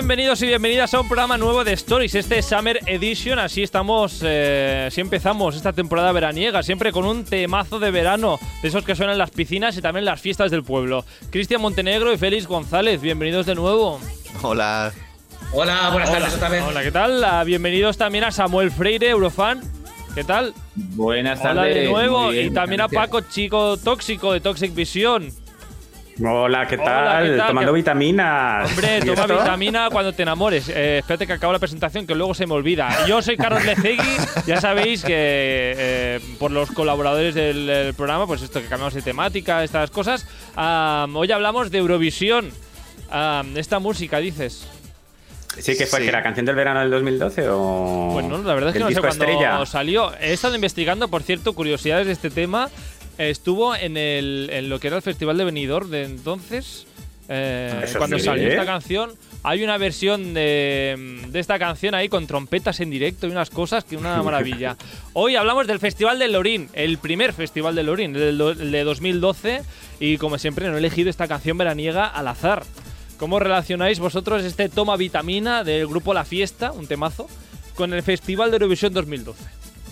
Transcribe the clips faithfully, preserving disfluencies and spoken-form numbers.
Bienvenidos y bienvenidas a un programa nuevo de Stories, este Summer Edition. Así estamos, eh, así empezamos esta temporada veraniega, siempre con un temazo de verano, de esos que suenan en las piscinas y también en las fiestas del pueblo. Cristian Montenegro y Félix González, bienvenidos de nuevo. Hola. Hola, buenas tardes otra vez. Hola, ¿qué tal? Uh, bienvenidos también a Samuel Freire, Eurofan. ¿Qué tal? Buenas tardes. Hola de nuevo. Bien, y también gracias. a Paco, chico tóxico de Toxic Vision. Hola, ¿qué tal? Hola, ¿qué tal? Tomando ¿Qué... vitaminas. Hombre, toma esto? vitamina cuando te enamores. Eh, espérate que acabo la presentación, que luego se me olvida. Yo soy Carlos Lecegui. Ya sabéis que eh, por los colaboradores del, del programa, pues esto que cambiamos de temática, estas cosas. Um, hoy hablamos de Eurovisión. Um, esta música, dices. Sí, que fue Sí. que la canción del verano del dos mil doce o. Bueno, la verdad es que el no sé disco cuándo estrella. salió. He estado investigando, por cierto, curiosidades de este tema. Estuvo en, el, en lo que era el Festival de Benidorm de entonces. Eh, Eso cuando sí, salió ¿eh? esta canción, hay una versión de, de esta canción ahí con trompetas en directo y unas cosas que una maravilla. Hoy hablamos del Festival de Lorín, el primer Festival de Lorín, el, do- el de dos mil doce. Y como siempre, no he elegido esta canción veraniega al azar. ¿Cómo relacionáis vosotros este Toma Vitamina del grupo La Fiesta, un temazo, con el Festival de Eurovisión dos mil doce?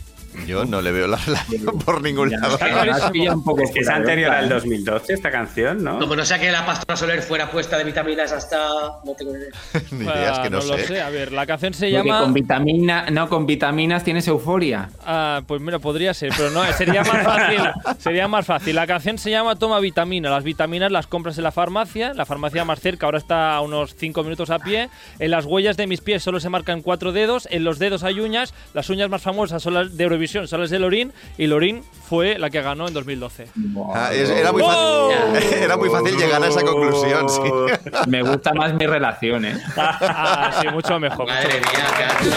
Yo no le veo la relación por ningún Ya, lado. ya, ya, pilla un poco Es que es fuera de anterior onda, al ¿eh? dos mil doce esta canción, ¿no? Como no sea que la Pastora Soler fuera puesta de vitaminas hasta... No tengo ni idea. Ni idea, es que no, no lo sé. sé. A ver, la canción se Porque llama... con vitamina, no, con vitaminas tienes euforia. Ah, pues mira, podría ser, pero no, sería más fácil. Sería más fácil. La canción se llama Toma Vitamina. Las vitaminas las compras en la farmacia. La farmacia más cerca ahora está a unos cinco minutos a pie. En las huellas de mis pies solo se marcan cuatro dedos. En los dedos hay uñas. Las uñas más famosas son las de Eurovisión, son las de Lorín. Y Lorín fue la que ganó en dos mil doce. Ah, es- era, muy ¡Wow! fácil, era muy fácil llegar a esa conclusión, sí. Me gusta más mi relación, ¿eh? Ah, sí, mucho mejor. mucho Madre mejor. mía, Carlos.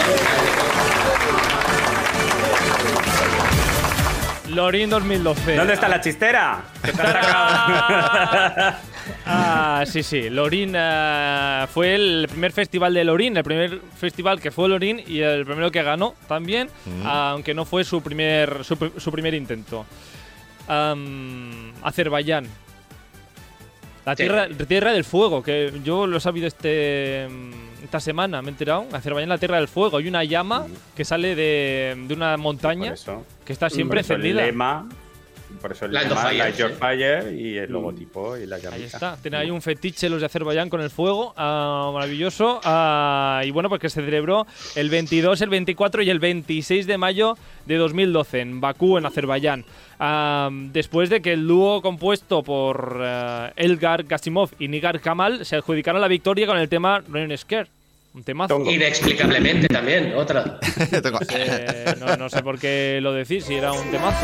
Lorín dos mil doce. ¿Dónde está la chistera? ¿Qué te has sacado? Ah, sí, sí. Lorín eh, fue el primer festival de Lorín, el primer festival que fue Lorín y el primero que ganó también, Mm. aunque no fue su primer, su, pr- su primer intento. Am, Azerbaiyán. La Sí. tierra, tierra del fuego, que yo lo he sabido este, esta semana, me he enterado. Azerbaiyán, la tierra del fuego. Hay una llama que sale de, de una Por montaña eso. que está siempre Por eso el encendida. lema, por eso el Light of lema, Fire, Light Your sí. Fire y el logotipo y la llamita. Ahí está, tiene ahí un fetiche los de Azerbaiyán con el fuego, ah, maravilloso. Ah, y bueno, pues que se celebró el veintidós, el veinticuatro y el veintiséis de mayo de dos mil doce en Bakú, en Azerbaiyán. Ah, después de que el dúo compuesto por eh, Elgar Gasimov y Nigar Kamal se adjudicaron la victoria con el tema Running Scared. Un temazo. Tongo. Inexplicablemente también, otra. Tengo- Eh, no, no sé por qué lo decís, si era un temazo.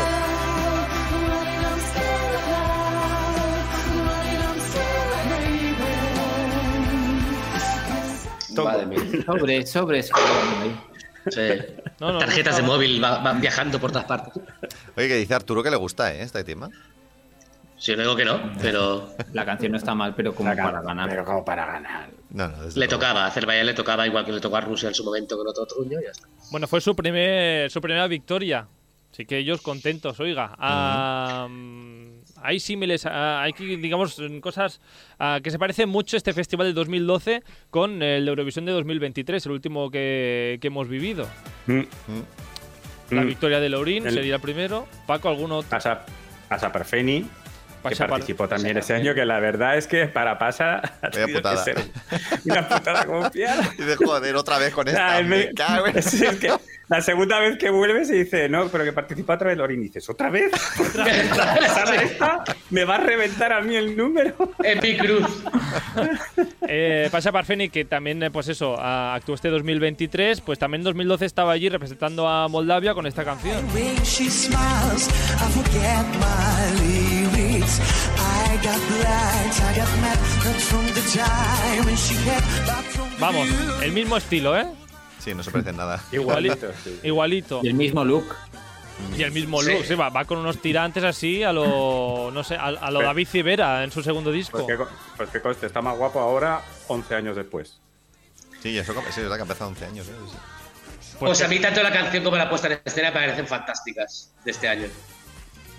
Tongo. Madre mía. Sobres, sobres. Sí. No, no, Tarjetas no, de no. móvil va- van viajando por todas partes. Oye, que dice Arturo que le gusta, ¿eh? Este tema. Si no digo que no, pero La canción no está mal, pero como La para gana, ganar. Pero como para ganar. No, no, desde le luego. tocaba. A Azerbaiyán le tocaba igual que le tocó a Rusia en su momento con otro truño y ya está. Bueno, fue su, primer, su primera victoria. Así que ellos contentos, oiga. Ah, hay símiles, ah, hay, digamos, cosas ah, que se parecen mucho este festival del dos mil doce con el de Eurovisión de dos mil veintitrés, el último que, que hemos vivido. Mm. Mm. La Mm. victoria de Lorín El- sería el primero. Paco, ¿alguno otro? Asa, Asa Perfeni, que Pasha- participó también ese año, que la verdad es que para Pasa ha Vaya tenido que putada. ser una putada confiar. Y de joder, otra vez con esta. Ah, el me me- cago en- es, es que la segunda vez que vuelves y dice, no, pero que participa otra vez Lorín. Y dices, ¿otra vez? ¿Otra vez? ¿Sabes esta? ¿Me va a reventar a mí el número? Epic Cruz. Eh, Pasha Parfeni, que también, eh, pues eso, ah, actuó este dos mil veintitrés, pues también en dos mil doce estaba allí representando a Moldavia con esta canción. Way she smiles, I forget my lyrics. I got blind, I got mad, not from the time when she had, but from the Vamos, view. el mismo estilo, ¿eh? Sí, no se parece en nada. Igualito, sí. Igualito. Y el mismo look. Y el mismo Sí. look, sí, va, va con unos tirantes así a lo, no sé, a, a lo Pero- David Civera en su segundo disco. Pues que, co- pues que conste, está más guapo ahora, once años después. Sí, eso sí, es verdad que ha empezado once años, ¿eh? Sí. Pues Pues a mí tanto la canción como la puesta en escena me parecen fantásticas de este año.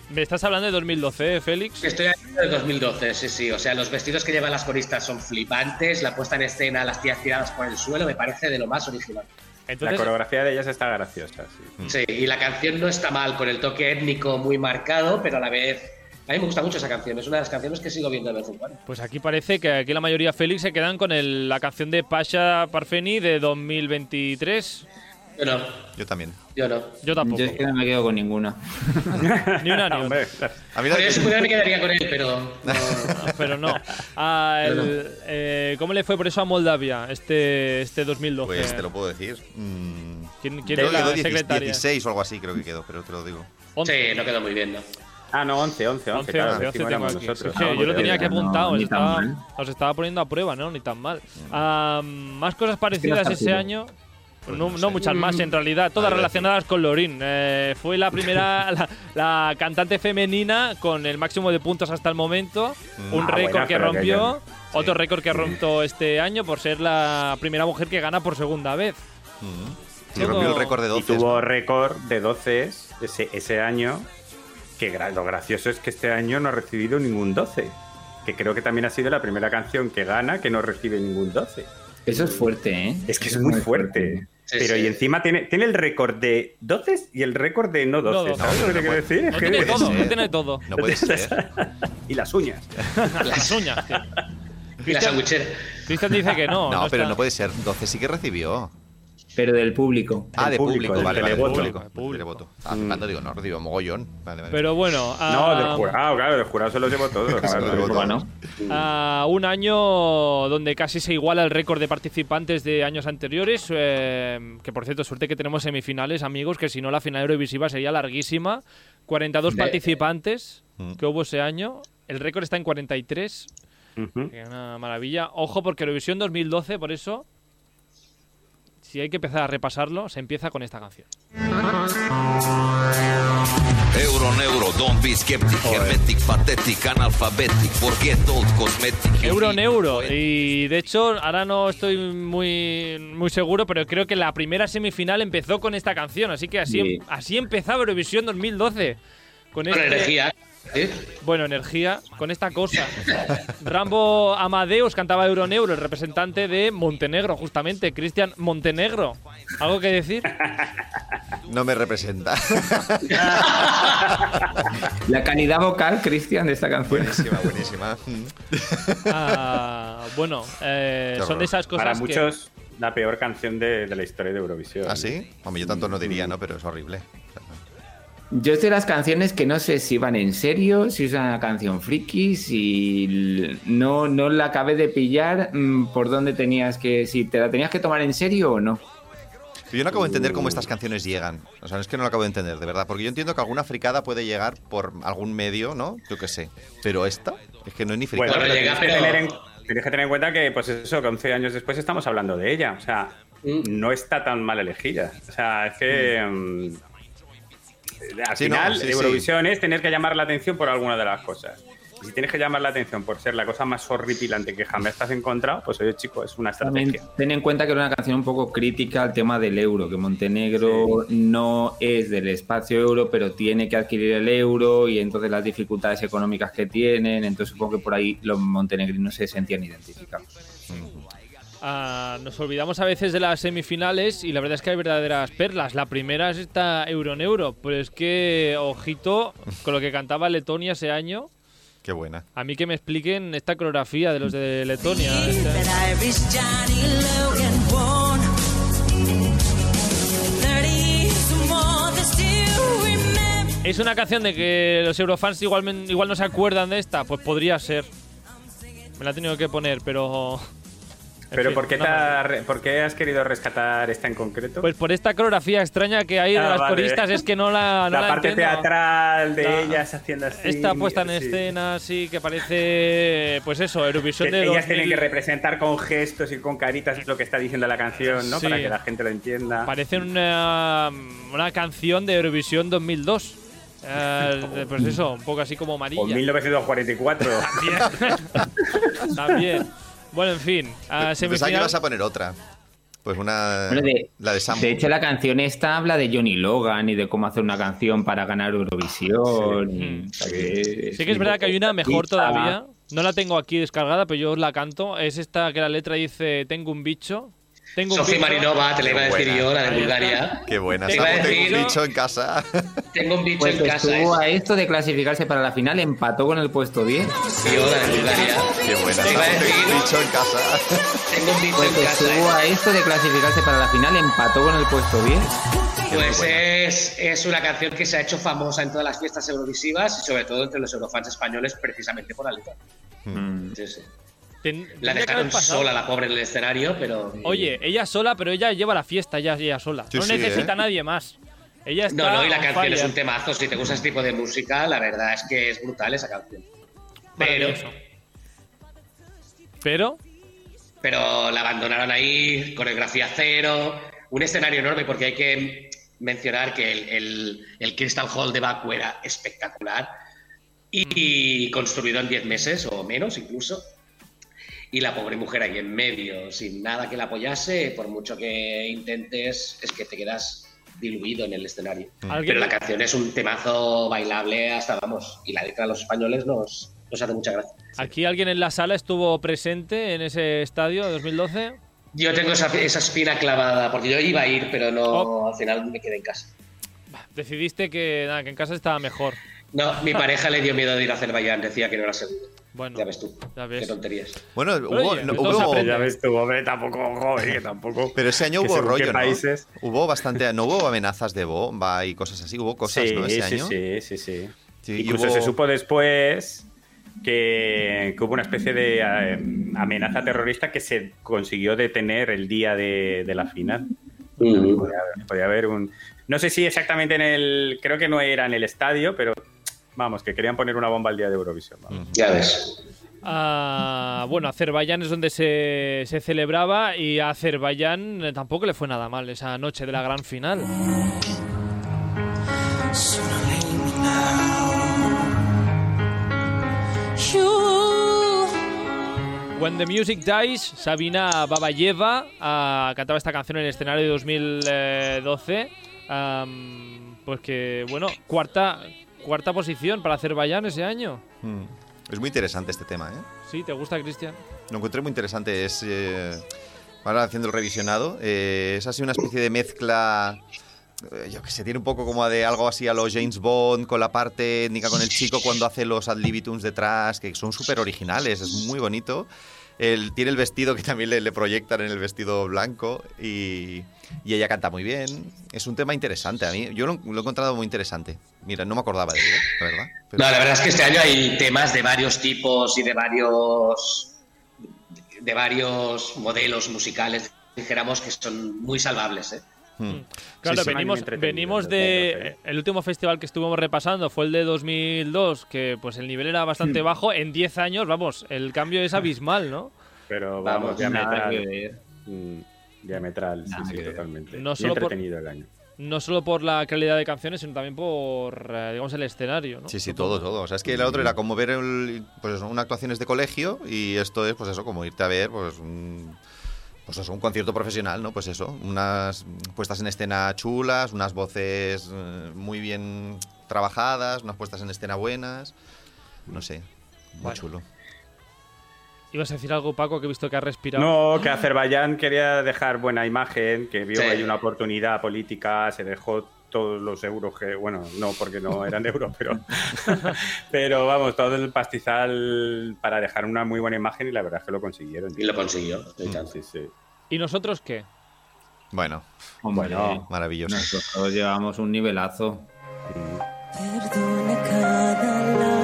Me estás hablando de dos mil doce, ¿eh, Félix? Estoy hablando de dos mil doce, sí, sí. O sea, los vestidos que llevan las coristas son flipantes, la puesta en escena, las tías tiradas por el suelo, me parece de lo más original. Entonces, la coreografía de ellas está graciosa, sí. Sí, y la canción no está mal, con el toque étnico muy marcado, pero a la vez... A mí me gusta mucho esa canción, es una de las canciones que sigo viendo de vez en cuando. pues aquí parece que aquí la mayoría Félix se quedan con el- la canción de Pasha Parfeni de dos mil veintitrés. Yo no, Yo también. yo no. Yo tampoco. Yo es que no me quedo con ninguna. Ni una ni una. Hombre, A mí Por la- eso pudiera me quedaría con él, pero... no. Pero no. Ah, el- Pero no. eh, ¿Cómo le fue por eso a Moldavia este, este dos mil doce? Pues te lo puedo decir. Mm, ¿Quién, quién creo es que la quedó dieciséis secretaria? dieciséis o algo así, creo que quedó, pero te lo digo. once. Sí, no quedó muy bien, ¿no? Ah, no, once, once, once. once, claro, once, encima once tengo éramos aquí. nosotros. Sí, Ah, yo lo bueno, tenía aquí no, apuntado, os ni tan estaba, mal. os estaba poniendo a prueba, ¿no? Ni tan mal. Ah, más cosas parecidas está ese chulo. año. Pues no, no no sé. muchas más, en realidad, todas A ver, relacionadas con Lorin. Eh, fue la primera, la, la cantante femenina con el máximo de puntos hasta el momento. Mm. Un Ah, récord bueno, que pero que rompió. ya- Otro sí. récord que rompió este año por ser la primera mujer que gana por segunda vez. Mm. Sí, Todo- rompió el récord de Y doce. tuvo récord de doce ese, ese año, que gra- lo gracioso es que este año no ha recibido ningún doce. Que creo que también ha sido la primera canción que gana que no recibe ningún doce. Eso es fuerte, ¿eh? Es que es Eso muy fuerte. Sí, Pero sí. y encima tiene, tiene el récord de doce y el récord de no doce. No, ¿Sabes no, lo que te no quiero puede- decir? Es No que- tiene puede todo, ser. no tiene todo. No puede ser. y las uñas. Las uñas, tío. Y la Cristian, sandwichera. Cristian dice que no. No, pero está- no puede ser. doce sí que recibió. Pero del público. Ah, Del de público, público, del vale, vale, televoto. público. Del público. Televoto. Ah, flipando, digo, no, recibió mogollón. Vale, vale. Pero bueno. No, ah, del jurado, claro, del jurado se los llevó todos. Se claro. los llevó Bueno, todos. a un año donde casi se iguala el récord de participantes de años anteriores, eh, que por cierto, suerte que tenemos semifinales, amigos, que si no la final Eurovisiva sería larguísima. cuarenta y dos De- participantes Mm. que hubo ese año, el récord está en cuarenta y tres, Ujú. que es una maravilla. Ojo, porque Eurovisión dos mil doce, por eso, si hay que empezar a repasarlo, se empieza con esta canción. Euro, neuro, don't be skeptic, hermetic, pathetic, analphabetic, forget old cosmetic. Euro Neuro. Y de hecho, ahora no estoy muy, muy seguro, pero creo que la primera semifinal empezó con esta canción. Así que así, Sí. así empezaba Eurovisión dos mil doce. Con Con este, energía. ¿eh? Bueno, energía, con esta cosa. Rambo Amadeus cantaba Euro Neuro, el representante de Montenegro, justamente. Cristian Montenegro. ¿Algo que decir? No me representa. La calidad vocal, Cristian, de esta canción. Buenísima, buenísima. Ah, bueno, eh, Qué son horror. de esas cosas Para que... muchos, la peor canción de, de la historia de Eurovisión. ¿Ah, sí? Hombre, yo tanto no diría, ¿no? Pero es horrible. O sea, Yo es de las canciones que no sé si van en serio, si es una canción friki, si l- no, no la acabé de pillar mm, por dónde tenías que... Si te la tenías que tomar en serio o no. yo no acabo de entender cómo estas canciones llegan. O sea, es que no lo acabo de entender, de verdad. Porque yo entiendo que alguna fricada puede llegar por algún medio, ¿no? Yo qué sé. Pero esta, es que no es ni fricada. Bueno, Bueno, pero llega, tienes, que pero- tener en, tienes que tener en cuenta que, pues eso, que once años después estamos hablando de ella. O sea, Mm. no está tan mal elegida. O sea, es que... mm, al Sí, no, final, sí, sí. Eurovisión es tener que llamar la atención por alguna de las cosas. Y si tienes que llamar la atención por ser la cosa más horripilante que jamás te has encontrado, pues oye, chico, es una También estrategia. ten en cuenta que era una canción un poco crítica al tema del euro, que Montenegro no es del espacio euro, pero tiene que adquirir el euro y entonces las dificultades económicas que tienen, entonces supongo que por ahí los montenegrinos se sentían identificados. Ah, nos olvidamos a veces de las semifinales y la verdad es que hay verdaderas perlas. La primera es esta Euro Neuro, pero es que, ojito, con lo que cantaba Letonia ese año, Qué buena. a mí que me expliquen esta coreografía de los de Letonia. Esta- That Irish Johnny Logan born. thirty more that still remember. Es una canción de que los eurofans igual, igual no se acuerdan de esta, pues podría ser. Me la he tenido que poner, pero... en Pero fin, ¿por qué, te una- ha re- ¿por qué has querido rescatar esta en concreto? Pues por esta coreografía extraña que hay de Ah, las vale. coristas, es que no la, no la, la parte entiendo. teatral de La- ellas haciendo así. Esta puesta en sí. escena, sí, que parece, pues eso, Eurovisión Que de ellas dos mil. tienen que representar con gestos y con caritas lo que está diciendo la canción, ¿no? Sí. Para que la gente lo entienda. Parece una, una canción de Eurovisión dos mil dos. Eh, de- pues eso, un poco así como amarilla. O mil novecientos cuarenta y cuatro. También. También. Bueno, en fin. a Pensaba que semifinal. ibas a poner otra. Pues una... Bueno, de, la de Sam. De hecho, la canción esta habla de Johnny Logan y de cómo hacer una canción para ganar Eurovisión. Sí, y, o sea, que sí que es verdad que hay una mejor todavía. No la tengo aquí descargada, pero yo os la canto. Es esta que la letra dice: tengo un bicho. Tengo un Sofía bicho. Marinova, te la iba a decir Buena. yo, la de Ahí Bulgaria. está. Qué buena. Te iba a Samu, tengo un decir- bicho en casa. Tengo un bicho Pues en casa. estuvo ¿eh? a esto de clasificarse para la final, empató con el puesto diez. Tío, la de Bulgaria. Qué buena. Te iba a Samu, tengo decir- un bicho en casa. Tengo un bicho Pues en casa. estuvo ¿eh? a esto de clasificarse para la final, empató con el puesto diez. Pues es, es una canción que se ha hecho famosa en todas las fiestas eurovisivas y sobre todo entre los eurofans españoles precisamente por la letra. Mm. Sí, sí. Ten- La tendría que dejaron haber pasado. sola la pobre en el escenario, pero... Oye, ella sola, pero ella lleva la fiesta, ella, ella sola. Sí, no sí, necesita ¿eh? a nadie más. Ella está No, no, y la on canción fire. es un temazo. Si te gusta este tipo de música, la verdad es que es brutal esa canción. Pero, Maravilloso. Pero, pero la abandonaron ahí, coreografía cero, un escenario enorme, porque hay que mencionar que el, el, el Crystal Hall de Baku era espectacular y, y construido en diez meses o menos incluso. Y la pobre mujer ahí en medio, sin nada que la apoyase, por mucho que intentes, es que te quedas diluido en el escenario. ¿alguien- Pero la canción es un temazo bailable hasta, vamos, y la letra de los españoles nos, nos hace mucha gracia. ¿aquí alguien en la sala estuvo presente en ese estadio de dos mil doce? Yo tengo esa, esa espina clavada, porque yo iba a ir, pero no, Oh. al final me quedé en casa. Decidiste que, nada, que en casa estaba mejor. No, mi pareja le dio miedo de ir a Azerbaiyán, decía que no era seguro. Bueno, Ya ves tú, ya ves. qué tonterías. Bueno, Oye, hubo, pues no, todos hubo- aprenden. Ya ves tú, hombre, tampoco, joder, que tampoco. pero ese año que hubo según qué rollo, ¿no? países. Hubo bastante, no hubo amenazas de bomba y cosas así, hubo cosas, Sí, ¿no? Ese sí, año. sí, sí, sí. Sí, y Incluso hubo- se supo después que, que hubo una especie de eh, amenaza terrorista que se consiguió detener el día de, de la final. Podía, podía haber un... No sé si exactamente en el... Creo que no era en el estadio, pero vamos, que querían poner una bomba el día de Eurovisión. Vamos. Ya ves. Ah, bueno, Azerbaiyán es donde se, se celebraba y a Azerbaiyán eh, tampoco le fue nada mal esa noche de la gran final. When the Music Dies, Sabina Babayeva ah, cantaba esta canción en el escenario de dos mil doce. Am, pues que, bueno, cuarta, cuarta posición para Azerbaiyán ese año. Mm. Es muy interesante este tema, ¿eh? ¿Sí? ¿Te gusta, Cristian? Lo encontré muy interesante. Es, eh, ahora haciendo el revisionado, eh, es así una especie de mezcla, eh, yo que sé, tiene un poco como de algo así a lo James Bond, con la parte étnica, con el chico cuando hace los ad libitums detrás, que son súper originales, es muy bonito. El, tiene el vestido que también le, le proyectan en el vestido blanco y, y ella canta muy bien. Es un tema interesante a mí. Yo lo, lo he encontrado muy interesante. Mira, no me acordaba de ello, la verdad. Pero- No, la verdad es que este año hay temas de varios tipos y de varios de varios modelos musicales, dijéramos, que son muy salvables, ¿eh? Hmm. Claro, Sí, sí. venimos, Muy entretenido, venimos desde de... luego, El último festival que estuvimos repasando fue el de dos mil dos, que pues el nivel era bastante bajo. En diez años, vamos, el cambio es abismal, ¿no? Pero vamos, Vamos, Nada que diametral. ver. Mm, diametral, sí, Nada sí, que ver. totalmente. No Muy solo por- entretenido el año. No solo por la calidad de canciones, sino también por, eh, digamos, el escenario, ¿no? Sí, sí, todo, todo. O sea, es que el otro era como ver el, pues eso, una actuaciones de colegio y esto es, pues eso, como irte a ver, pues un, pues eso, un concierto profesional, ¿no? Pues eso, unas puestas en escena chulas, unas voces eh, muy bien trabajadas, unas puestas en escena buenas, no sé, muy Bueno. chulo. ¿Ibas a decir algo, Paco, que he visto que has respirado? No, que Azerbaiyán quería dejar buena imagen, que vio Sí. ahí una oportunidad política, se dejó todos los euros que, bueno, no porque no eran euros, pero, pero vamos, todo el pastizal para dejar una muy buena imagen y la verdad es que lo consiguieron. Y lo consiguió. y tal. Sí, sí. ¿Y nosotros qué? Bueno, Hombre, Bueno, maravilloso. nosotros llevamos un nivelazo. Perdona cada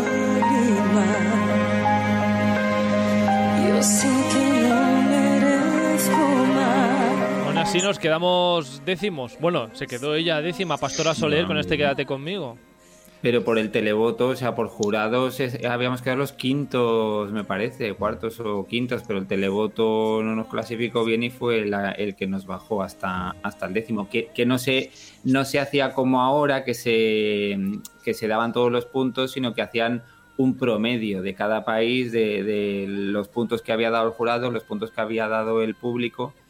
lágrima. Yo sé que no merezco más. Aún así nos quedamos décimos. Bueno, se quedó ella décima, Pastora Soler, con este Quédate conmigo. Pero por el televoto, o sea, por jurados, es- habíamos quedado los quintos, me parece, cuartos o quintos, pero el televoto no nos clasificó bien y fue la- el que nos bajó hasta, hasta el décimo. Que, que no, se, no se hacía como ahora, que se, que se daban todos los puntos, sino que hacían un promedio de cada país, de, de los puntos que había dado el jurado, los puntos que había dado el público,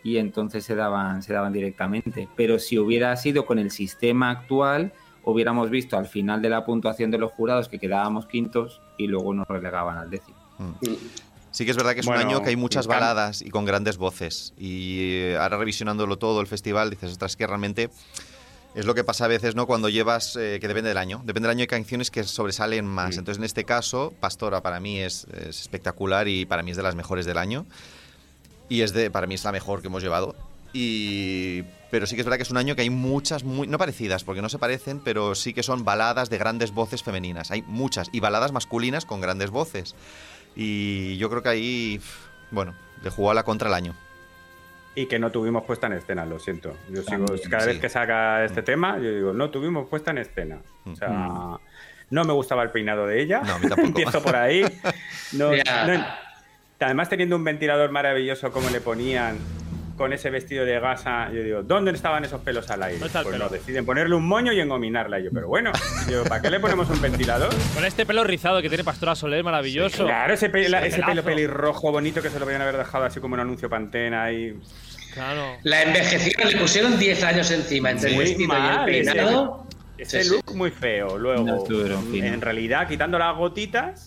y entonces se daban, se daban directamente. Pero si hubiera sido con el sistema actual, hubiéramos visto al final de la puntuación de los jurados que quedábamos quintos y luego nos relegaban al décimo. Mm. Sí que es verdad que es Bueno, un año que hay muchas can- baladas y con grandes voces. Y eh, ahora revisionándolo todo, el festival, dices, ostras, que realmente es lo que pasa a veces, ¿no? Cuando llevas, eh, que depende del año. Depende del año, hay canciones que sobresalen más. Sí. Entonces, en este caso, Pastora para mí es, es espectacular y para mí es de las mejores del año. Y es de, para mí es la mejor que hemos llevado. Y, pero sí que es verdad que es un año que hay muchas, muy, no parecidas, porque no se parecen, pero sí que son baladas de grandes voces femeninas. Hay muchas. Y baladas masculinas con grandes voces. Y yo creo que ahí, bueno, le jugó a la contra el año. Y que no tuvimos puesta en escena, lo siento. Yo sigo, También, cada sí. vez que saca este tema, yo digo, no tuvimos puesta en escena. O sea, Mm. no me gustaba el peinado de ella. No, a mí tampoco. Empiezo por ahí. No, Ya. no- además, teniendo un ventilador maravilloso como le ponían con ese vestido de gasa, yo digo, ¿dónde estaban esos pelos al aire? ¿Dónde está el Pues pelo? no, deciden ponerle un moño y engominarla. Y yo, pero bueno, yo, ¿para qué le ponemos un ventilador? Con este pelo rizado que tiene Pastora Soler, maravilloso. Claro, ese, pe- la- Ese ese pelazo. pelo pelirrojo bonito que se lo podían haber dejado así como un anuncio Pantena y... Claro. La envejecieron, le pusieron diez años encima entre el Muy vestido mal, y el peinado. Ese Sí, look sí. muy feo. Luego, No estuvieron finos. en realidad, quitando las gotitas,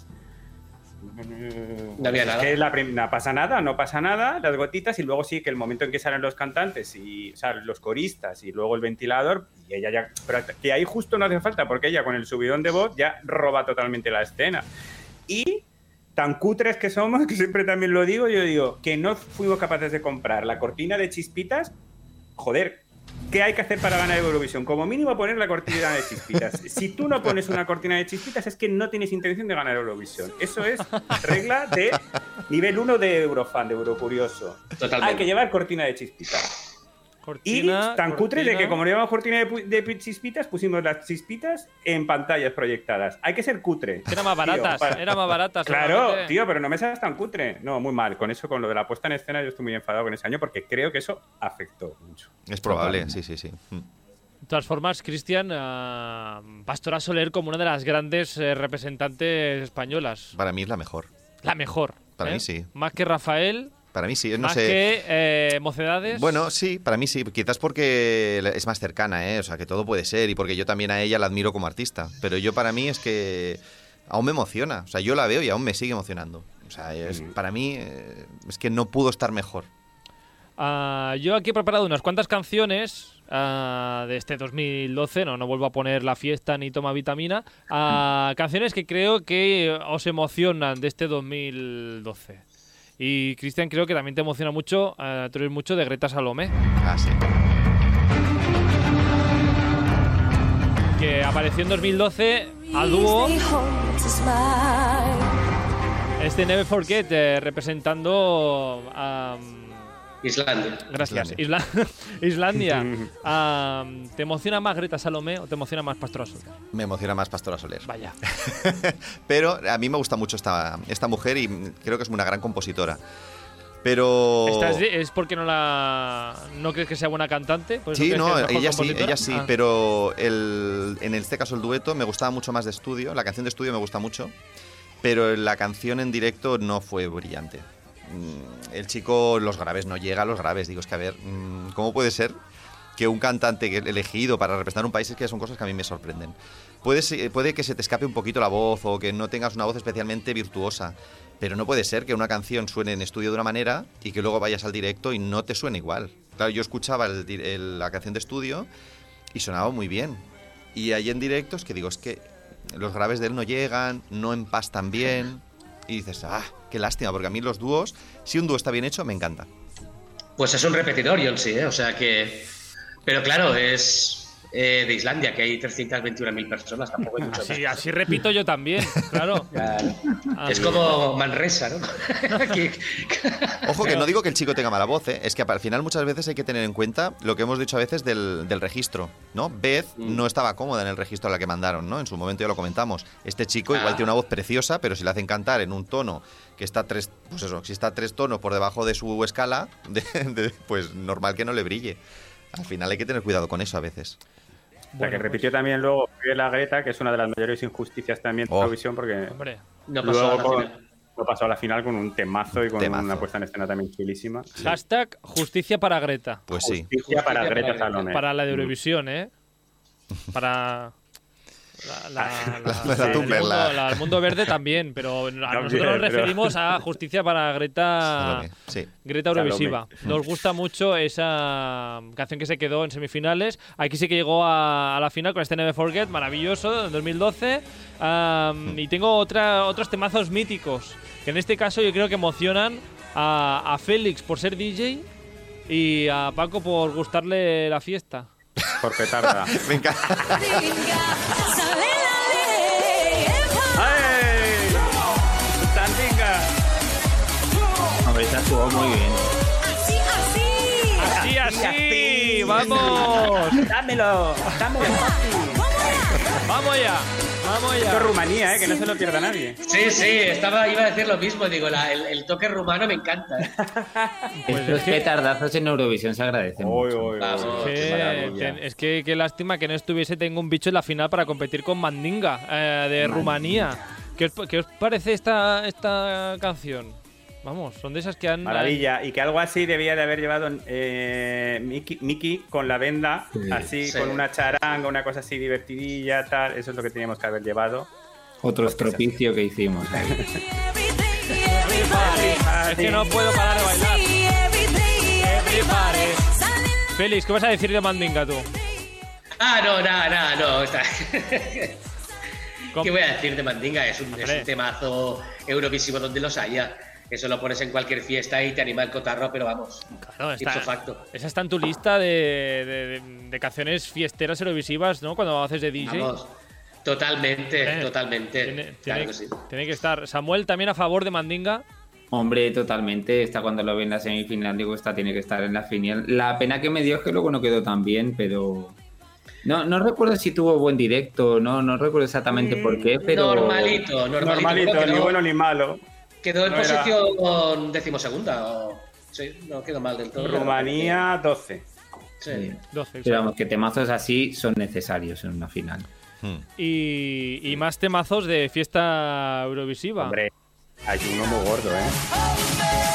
No había es nada. que la prim- no pasa nada, no pasa nada, las gotitas, y luego sí que el momento en que salen los cantantes, y, o sea, los coristas, y luego el ventilador, y ella ya. Pero que ahí justo no hace falta, porque ella con el subidón de voz ya roba totalmente la escena. Y tan cutres que somos, que siempre también lo digo, yo digo, que no fuimos capaces de comprar la cortina de Chispitas. Joder, ¿qué hay que hacer para ganar Eurovisión? Como mínimo poner la cortina de Chispitas. Si tú no pones una cortina de Chispitas es que no tienes intención de ganar Eurovisión. Eso es regla de nivel uno de Eurofan, de Eurocurioso. Totalmente. Hay que llevar cortina de Chispitas. Y Cortina, tan cutre de que cortina. como no llevamos cortina de, pu- de chispitas, pusimos las chispitas en pantallas proyectadas. Hay que ser cutre. Era más baratas, Tío, para- era más baratas. Claro, seguramente. tío, pero no me seas tan cutre. No, muy mal. Con eso, con lo de la puesta en escena, yo estoy muy enfadado con ese año porque creo que eso afectó mucho. Es probable, sí, sí, sí. Mm. De todas formas, Cristian, ah, Pastora Soler como una de las grandes eh, representantes españolas. Para mí es la mejor. La mejor. Para ¿eh? mí sí. Más que Rafael, Para mí sí, no más sé. que eh, Mocedades. Bueno, sí, para mí sí. Quizás porque es más cercana, ¿eh? O sea, que todo puede ser y porque yo también a ella la admiro como artista. Pero yo para mí es que aún me emociona. O sea, yo la veo y aún me sigue emocionando. O sea, es- Mm. para mí eh, es que no pudo estar mejor. Ah, yo aquí he preparado unas cuantas canciones ah, de este dos mil doce, no, no vuelvo a poner La Fiesta ni Toma Vitamina, ah, canciones que creo que os emocionan de este dos mil doce. Y Cristian, creo que también te emociona mucho, ah, tú eres mucho de Greta Salomé, Ah, sí. que apareció en dos mil doce a dúo este Never Forget, eh, representando a... Islandia. Gracias. Islandia. Isla- Islandia. Am, ¿Te emociona más Greta Salomé o te emociona más Pastora Soler? Me emociona más Pastora Soler. Vaya. Pero a mí me gusta mucho esta, esta mujer y creo que es una gran compositora. Pero... ¿Esta es, de- es porque no la no crees que sea buena cantante? ¿Por eso Sí, crees que no, es mejor ella sí, compositora? ella sí, Ah. pero el, en este caso el dueto me gustaba mucho más de estudio, la canción de estudio me gusta mucho, pero la canción en directo no fue brillante. Mm, El chico, los graves, no llega a los graves, digo, es que a ver, mm, ¿cómo puede ser que un cantante que- elegido para representar un país, es que son cosas que a mí me sorprenden? Puede, se- puede que se te escape un poquito la voz o que no tengas una voz especialmente virtuosa, pero no puede ser que una canción suene en estudio de una manera y que luego vayas al directo y no te suene igual. Claro, yo escuchaba el di- el- la canción de estudio y sonaba muy bien. Y ahí en directo es que digo, es que los graves de él no llegan, no empastan bien. Y dices, ah, qué lástima, porque a mí los dúos, si un dúo está bien hecho, me encanta. Pues es un repetidor, John, sí, ¿eh? O sea que. Pero claro, es eh, de Islandia, que hay trescientas veintiuna mil personas, tampoco hay mucho Así, más. así repito yo también, claro. Claro. Ah, Es como Manresa, ¿no? Que- Ojo, que no digo que el chico tenga mala voz, ¿eh? Es que al final muchas veces hay que tener en cuenta lo que hemos dicho a veces del, del registro, ¿no? Beth Mm. no estaba cómoda en el registro a la que mandaron, ¿no? En su momento ya lo comentamos. Este chico igual Ah. tiene una voz preciosa, pero si le hacen cantar en un tono que está tres, pues eso, si está tres tonos por debajo de su escala, de- de- pues normal que no le brille. Al final hay que tener cuidado con eso a veces. O sea, que Bueno, repitió también luego la Greta, que es una de las mayores injusticias también de Oh. Eurovisión, porque Hombre, No pasó luego a la con, final. lo pasó a la final con un temazo y con Temazo. una puesta en escena también chulísima. Hashtag justicia para Greta. Pues sí. Justicia para Justicia Greta para Salome. Para la de Eurovisión, ¿eh? Para... La, la, la, La- la el Tumblr, mundo, la- la- el mundo verde también, pero a nosotros También, nos pero- referimos a justicia para Greta Salome, sí. Greta Eurovisiva. Nos gusta mucho esa canción que se quedó en semifinales. Aquí sí que llegó a, a la final con este Never Forget, maravilloso, en dos mil doce. Um, y tengo otra, otros temazos míticos, que en este caso yo creo que emocionan a, a Félix por ser D J y a Paco por gustarle la fiesta. Por petarda. Me encanta. ¡Ay! ¡Sandinga! Hombre, esta estuvo muy bien. ¡Así, así! ¡Vamos! ¡Dámelo! ¡Dámelo, papi! ¡Vamos ya! ¡Vamos Esto es ya! Rumanía, ¿eh? Que no se lo pierda nadie. Sí, sí, estaba, iba a decir lo mismo. Digo, la- el, el toque rumano me encanta. ¿eh? Pues Estos es que- petardazos en Eurovisión se agradecen Uy, mucho. uy, uy. Vamos. Que- Qué maravilla. ten- es que qué lástima que no estuviese Tengo un bicho en la final para competir con Mandinga eh, de Rumanía. ¿Qué os, qué os parece esta, esta canción? Vamos, son de esas que han... Maravilla. Y que algo así debía de haber llevado eh, Miki, Miki con la venda, Sí. así, Sí. con una charanga, una cosa así divertidilla, tal. Eso es lo que teníamos que haber llevado. Otro estropicio que hicimos ahí. Es que no puedo parar de bailar. Félix, ¿qué vas a decir de Mandinga tú? Ah, no, nada, nada, no. Está... Com- ¿Qué voy a decir de Mandinga? Es un, es Hombre. un temazo eurovisivo donde los haya. Eso lo pones en cualquier fiesta y te anima el cotarro, pero vamos. Claro, está- Ipso facto. esa está en tu lista de, de- de- de canciones fiesteras eurovisivas, ¿no? Cuando haces de D J. Vamos. Totalmente, Eh, totalmente. Tiene, claro tiene- que sí. tiene que estar. Samuel también a favor de Mandinga. Hombre, totalmente. Esta cuando lo ve en la semifinal, digo, esta tiene que estar en la final. La pena que me dio es que luego no quedó tan bien, pero... No, no recuerdo si tuvo buen directo, no, no recuerdo exactamente por qué, pero... Normalito, normalito. Normalito, Bueno, ni quedó, bueno ni malo. quedó en No era- posición decimosegunda. O... Sí, no quedó mal del todo. Rumanía, doce. Sí. doce, Pero vamos, que temazos así son necesarios en una final. Hmm. Y, y más temazos de fiesta eurovisiva. Hombre, hay uno muy gordo, ¿eh?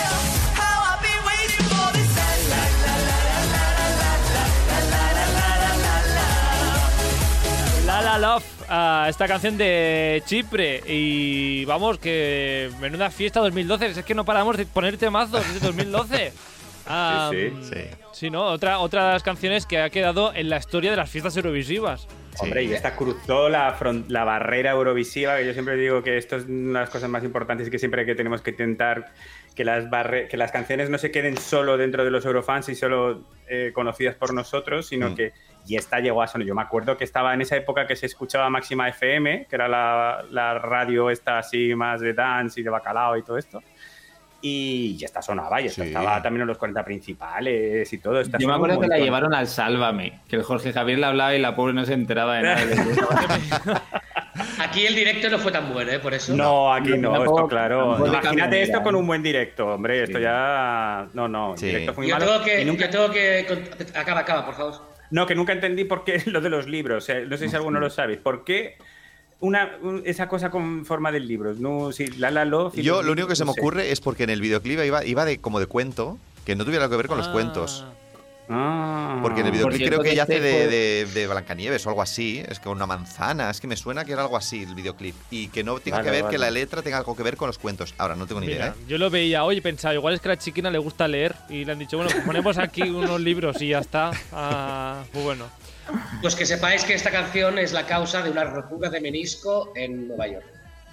La La Love, ah, esta canción de Chipre. Y vamos, que menuda fiesta dos mil doce. Es que no paramos de poner temazos desde dos mil doce. Ah, Sí, sí. Sí, ¿no? Otra, otra de las canciones que ha quedado en la historia de las fiestas eurovisivas. Hombre, y esta cruzó la, fron- la barrera eurovisiva, que yo siempre digo que esto es una de las cosas más importantes y que siempre que tenemos que intentar que las, barre- que las canciones no se queden solo dentro de los eurofans y solo eh, conocidas por nosotros, sino Mm. que... Y esta llegó a sonar. Yo me acuerdo que estaba en esa época que se escuchaba Máxima F M, que era la, la radio esta así más de dance y de bacalao y todo esto. Y ya esta sonaba, y esta Sí. estaba también en los cuarenta principales y todo. Esta Yo me sonó un acuerdo que la montón. llevaron al Sálvame, que el Jorge Javier le hablaba y la pobre no se enteraba de nada. Aquí el directo no fue tan bueno, ¿eh? Por eso. No, aquí no, Tampoco- esto claro. tampoco de Imagínate cambio esto de con vida, un buen directo, hombre. Esto Sí. ya. No, no, el Sí. directo fue muy Yo malo. tengo que. Y nunca- Yo tengo que cont- Acaba, acaba, por favor. No, que nunca entendí por qué lo de los libros. eh, No sé si alguno lo sabéis. ¿Por qué una, un- esa cosa con forma de libros? No, sí, la la Love y Yo los lo único que libros, se me no sé. ocurre es porque en el videoclip iba, iba de como de cuento, que no tuviera que ver con los Ah. cuentos. Ah. Porque en el videoclip Porque creo que ella hace entonces de, fue- de, de Blancanieves o algo así, es con una manzana, es que me suena que era algo así el videoclip. Y que no tenga Vale, que ver, vale. que la letra tenga algo que ver con los cuentos. Ahora, no tengo ni idea, Mira, ¿eh? yo lo veía hoy y pensaba, igual es que a la chiquina le gusta leer. Y le han dicho, bueno, pues ponemos aquí unos libros y ya está. Ah, pues bueno. Pues que sepáis que esta canción es la causa de una rotura de menisco en Nueva York.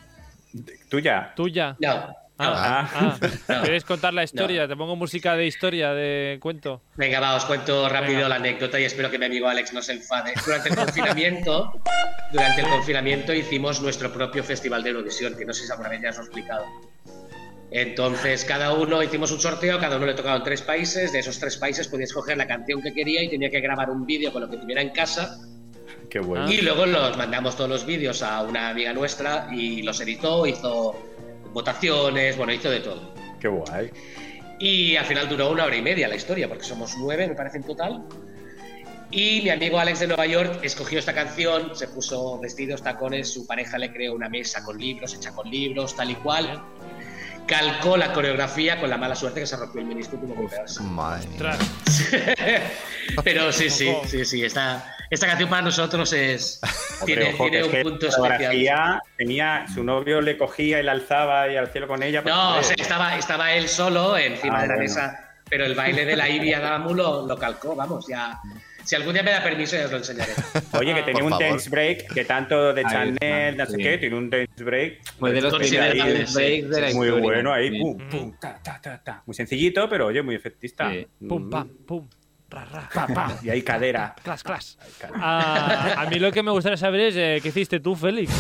Tuya. Tuya. No. Ah, ah. No. ¿Quieres contar la historia? Te pongo música de historia, de cuento. Venga, va, os cuento rápido Venga. la anécdota y espero que mi amigo Alex no se enfade. Durante el confinamiento, durante el confinamiento hicimos nuestro propio festival de Eurovisión, que no sé si alguna vez ya os lo he explicado. Entonces, cada uno hicimos un sorteo, cada uno le tocaban tres países, de esos tres países podía escoger la canción que quería y tenía que grabar un vídeo con lo que tuviera en casa. Qué bueno. Y luego los mandamos todos los vídeos a una amiga nuestra y los editó, hizo votaciones, bueno, hizo de todo. Qué guay. Y al final duró una hora y media la historia, porque somos nueve, me parece, en total. Y mi amigo Alex de Nueva York escogió esta canción, se puso vestidos, tacones, su pareja le creó una mesa con libros, hecha con libros, tal y cual. calcó la coreografía con la mala suerte que se rompió el menisco y tuvo que operarse. Madre mía. Pero sí, sí, sí, sí. Esta, esta canción para nosotros es Hombre, tiene, ojo, tiene que un es que punto la especial. fotografía tenía, su novio le cogía y la alzaba y al cielo con ella. No, pues, o sea, estaba, estaba él solo encima Ah, de la bueno. mesa, pero el baile de la Ivy Adamu lo, lo calcó, vamos, ya. Si algún día me da permiso, ya os lo enseñaré. Oye, que tenía Por un favor. dance break, que tanto de Ahí Chanel, está, no sé sí. qué, tiene un dance break. Pues de los Considera primeros que sí, breaks de la Muy historia. bueno ahí, Sí. pum, pum, ta, ta, ta, ta. Muy sencillito, pero oye, muy efectista. Sí. Pum, Mm. pam, pum. Ra, ra, Pa, pa, y ahí cadera. Clas, clas. Ah, a mí lo que me gustaría saber es eh, qué hiciste tú, Félix.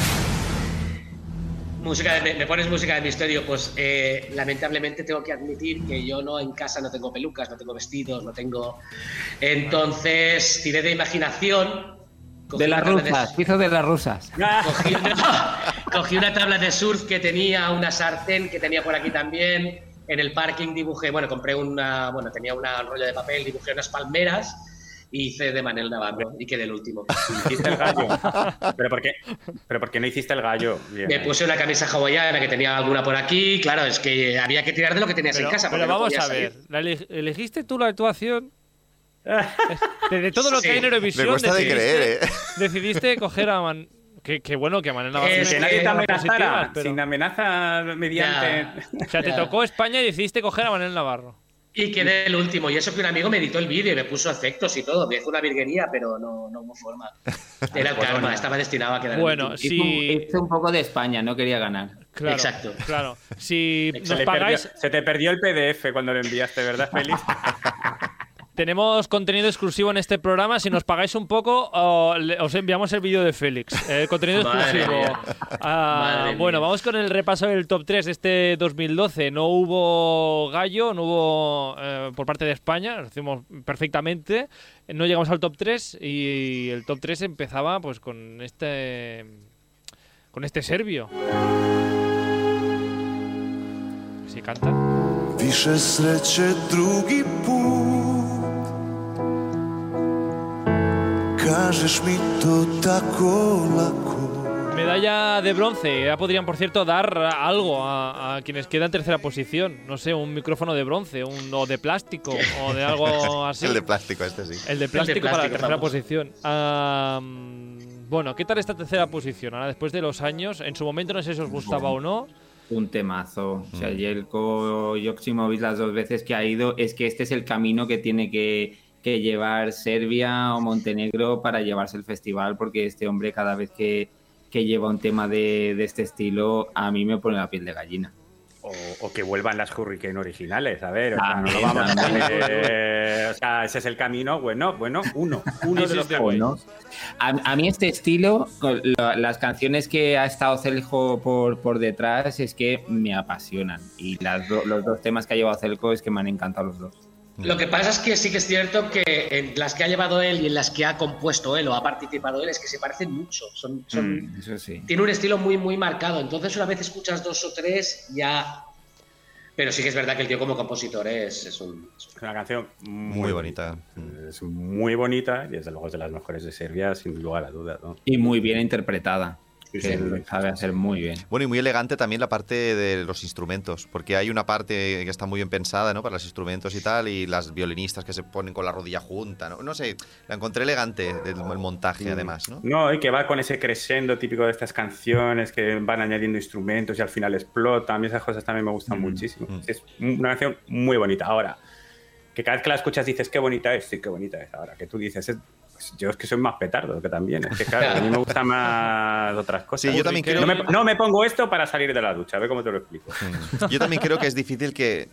Música de- me, me pones música de misterio, pues eh, lamentablemente tengo que admitir que yo no en casa no tengo pelucas, no tengo vestidos, no tengo. Entonces tiré de imaginación. cogí De las una tabla rusas, hizo de las rusas. Cogí una, cogí una tabla de surf que tenía, una sartén que tenía por aquí también. En el parking dibujé, bueno, compré una, bueno, tenía una- un rollo de papel, dibujé unas palmeras y hice de Manel Navarro y quedé el último. Hiciste el gallo. ¿Pero por qué, ¿Pero por qué no hiciste el gallo? Bien, Me ahí. puse una camisa hawaiana que tenía alguna por aquí. Claro, es que había que tirar de lo que tenías Pero, en casa. pero porque no vamos podías a ver, salir. ¿la ele- ¿elegiste tú la actuación? De, de todo lo que Sí. hay en Eurovisión, Me cuesta de decidiste, creer, ¿eh? decidiste coger a Man... Que, que bueno, que a Manel Navarro Es Que tiene nadie te cosas amenazara, positivas, pero- sin amenaza mediante... Ya. O sea, te Ya. tocó España y decidiste coger a Manel Navarro. Y quedé el último. Y eso que un amigo me editó el vídeo y me puso efectos y todo. Me hizo una virguería, pero no, no hubo forma. Era el karma, estaba destinado a quedar el Bueno, último. Hizo, un- si... hizo un poco de España, no quería ganar. Claro, Exacto. claro. Si Se, nos le perdió- pagáis... se te perdió el P D F cuando lo enviaste, ¿verdad, Félix? Tenemos contenido exclusivo en este programa. Si nos pagáis un poco, oh, le- os enviamos el vídeo de Félix. Eh, contenido Madre exclusivo. mía. Ah, Madre bueno, mía. vamos con el repaso del top tres de este dos mil doce. No hubo gallo, no hubo eh, por parte de España, lo hicimos perfectamente. No llegamos al top tres y el top tres empezaba pues con este con este serbio. Si canta. Više sreće drugi put. Kažeš mi to tako lako. Medalla de bronce. Ya podrían, por cierto, dar algo a, a quienes quedan en tercera posición. No sé, un micrófono de bronce, un, o de plástico, o de algo así. El de plástico, este sí. El de plástico, para la plástico, tercera vamos. posición. Ah, bueno, ¿qué tal esta tercera posición? Ahora, después de los años, en su momento no sé si os gustaba o no. Un temazo. O sea, Jelko Joksimovic las dos veces que ha ido, es que este es el camino que tiene que, que llevar Serbia o Montenegro para llevarse el festival, porque este hombre cada vez que, que lleva un tema de, de este estilo, a mí me pone la piel de gallina. O, o que vuelvan las Hurricane originales, a ver, o sea, no También, lo vamos a también. eh, o sea, ese es el camino, bueno, bueno, uno, uno This de los is the caminos. way. A, a mí este estilo, con la- las canciones que ha estado Celjo por, por detrás, es que me apasionan. Y las do- los dos temas que ha llevado Celjo es que me han encantado los dos. Lo que pasa es que sí que es cierto que en las que ha llevado él y en las que ha compuesto él o ha participado él es que se parecen mucho. Son, son, Mm, eso sí. Tiene un estilo muy, muy marcado. Entonces, una vez escuchas dos o tres, ya. Pero sí que es verdad que el tío como compositor es, es un. es un- Es una canción muy, Muy bonita. Es muy bonita y desde luego es de las mejores de Serbia, sin lugar a dudas, ¿no? Y muy bien interpretada. Sí, que sí. lo sabe hacer muy bien. Bueno, y muy elegante también la parte de los instrumentos, porque hay una parte que está muy bien pensada, ¿no? Para los instrumentos y tal, y las violinistas que se ponen con la rodilla junta, ¿no? No sé, la encontré elegante, el, el montaje además, ¿no? No, y que va con ese crescendo típico de estas canciones que van añadiendo instrumentos y al final explota. A mí esas cosas también me gustan muchísimo. mm. Es una canción muy bonita. Ahora, que cada vez que la escuchas dices qué bonita es, sí, qué bonita es. Ahora, que tú dices, es- pues yo es que soy más petardo que también. Es que claro, a mí me gustan más otras cosas. Sí, yo también creo- No me, no me pongo esto para salir de la ducha, a ver cómo te lo explico. Yo también creo que es difícil que,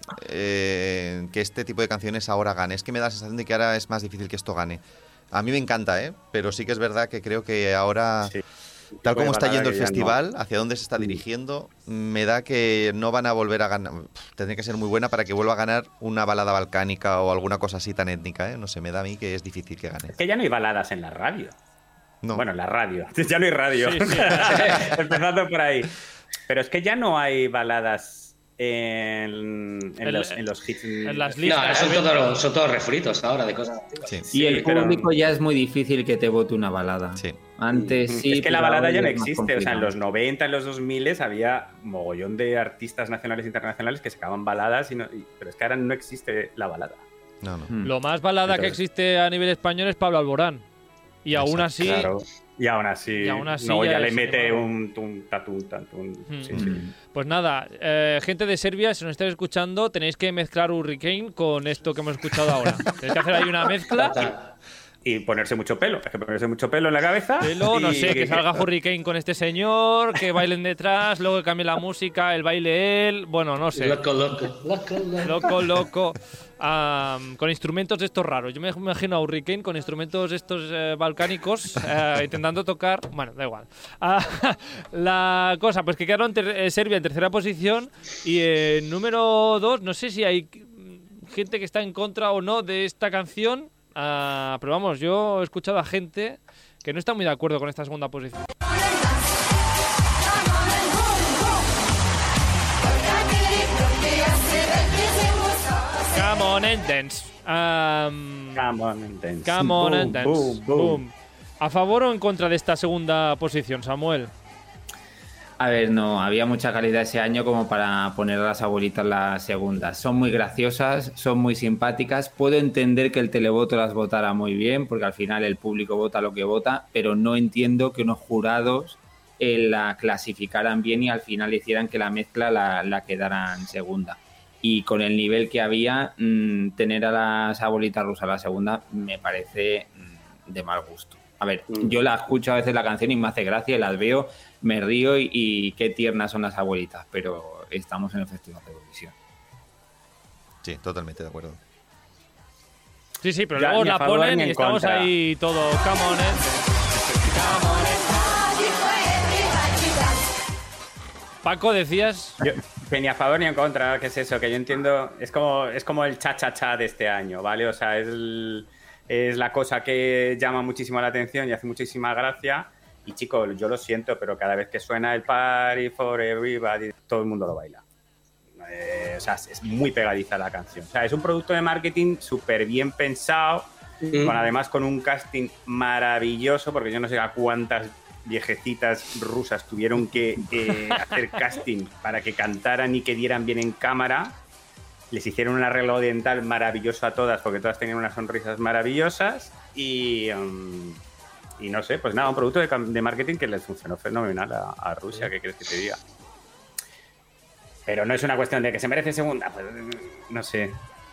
eh, que este tipo de canciones ahora gane. Es que me da la sensación de que ahora es más difícil que esto gane. A mí me encanta, ¿eh? Pero sí que es verdad que creo que ahora, Sí. tal como Tipo de está balada yendo el que ya festival, no. hacia dónde se está dirigiendo, me da que no van a volver a ganar. Tendría que ser muy buena para que vuelva a ganar una balada balcánica o alguna cosa así tan étnica, ¿eh? No sé, me da a mí que es difícil que gane. Es que ya no hay baladas en la radio. No. Bueno, en la radio. Ya no hay radio. Sí, sí. Empezando por ahí. Pero es que ya no hay baladas en, en, El- los, en los hits. en las No, listas. son todos, son todos refritos ahora de cosas antiguas. Sí, Sí, y el pero- público ya es muy difícil que te vote una balada. sí. Antes sí. Es que la pero balada ahora ya no es más existe. O sea, en complicado. los noventa, en los dos mil había mogollón de artistas nacionales e internacionales que sacaban baladas, y no- y- pero es que ahora no existe la balada. No, no. Mm. Lo más balada que Entonces- existe a nivel español es Pablo Alborán. Y aún Exacto, así, Claro. Y aún así, Y aún así no, ya ya le es mete igual. un tum, tatum, tatum. Hmm. Sí, sí. Mm. pues nada, eh, gente de Serbia, si nos estáis escuchando, tenéis que mezclar Hurricane con esto que hemos escuchado ahora. Tenéis que hacer ahí una mezcla. Y ponerse mucho pelo. Es que ponerse mucho pelo en la cabeza. Pelo, no y- sé, que salga Hurricane con este señor, que bailen detrás, luego que cambie la música, el baile él, bueno, no sé. Loco, loco, loco, loco. Loco, loco. Am, con instrumentos de estos raros. Yo me imagino a Hurricane con instrumentos estos eh, balcánicos eh, intentando tocar. Bueno, da igual. Ah, la cosa, pues que quedaron ter- eh, Serbia en tercera posición y en número dos, no sé si hay mm, gente que está en contra o no de esta canción. Ah, pero vamos, yo he escuchado a gente que no está muy de acuerdo con esta segunda posición. Come on and dance. Am, Come on and dance. Come on Boom, and dance. boom, boom. Boom. ¿A favor o en contra de esta segunda posición, Samuel? A ver, no, había mucha calidad ese año como para poner a las abuelitas las segundas. Son muy graciosas, son muy simpáticas. Puedo entender que el televoto las votara muy bien, porque al final el público vota lo que vota, pero no entiendo que unos jurados eh, la clasificaran bien y al final hicieran que la mezcla la, la quedaran segunda. Y con el nivel que había, mmm, tener a las abuelitas rusas la segunda me parece mmm, de mal gusto. A ver, Mm. yo la escucho a veces la canción y me hace gracia, y las veo, me río y, y qué tiernas son las abuelitas, pero estamos en el Festival de Eurovisión. Sí, totalmente de acuerdo. Sí, sí, pero Ya, luego ni a la favor ponen ni y en estamos contra. ahí todo. Come on, eh. Come on, eh. Paco, decías. Yo, que ni a favor ni en contra, ¿qué es eso? Que yo entiendo, es como, es como el cha-cha-cha de este año, ¿vale? O sea, es, el- es la cosa que llama muchísimo la atención y hace muchísima gracia. Y chicos, yo lo siento, pero cada vez que suena el Party for Everybody, todo el mundo lo baila. Eh, o sea, es muy pegadiza la canción. O sea, es un producto de marketing súper bien pensado, Mm. con, además con un casting maravilloso, porque yo no sé a cuántas viejecitas rusas tuvieron que eh, hacer casting para que cantaran y que dieran bien en cámara. Les hicieron un arreglo dental maravilloso a todas, porque todas tenían unas sonrisas maravillosas y, um, y no sé, pues nada, un producto de, cam- de marketing que les funcionó fenomenal a, a Rusia, ¿qué quieres que te diga? Pero no es una cuestión de que se merece segunda, pues no sé.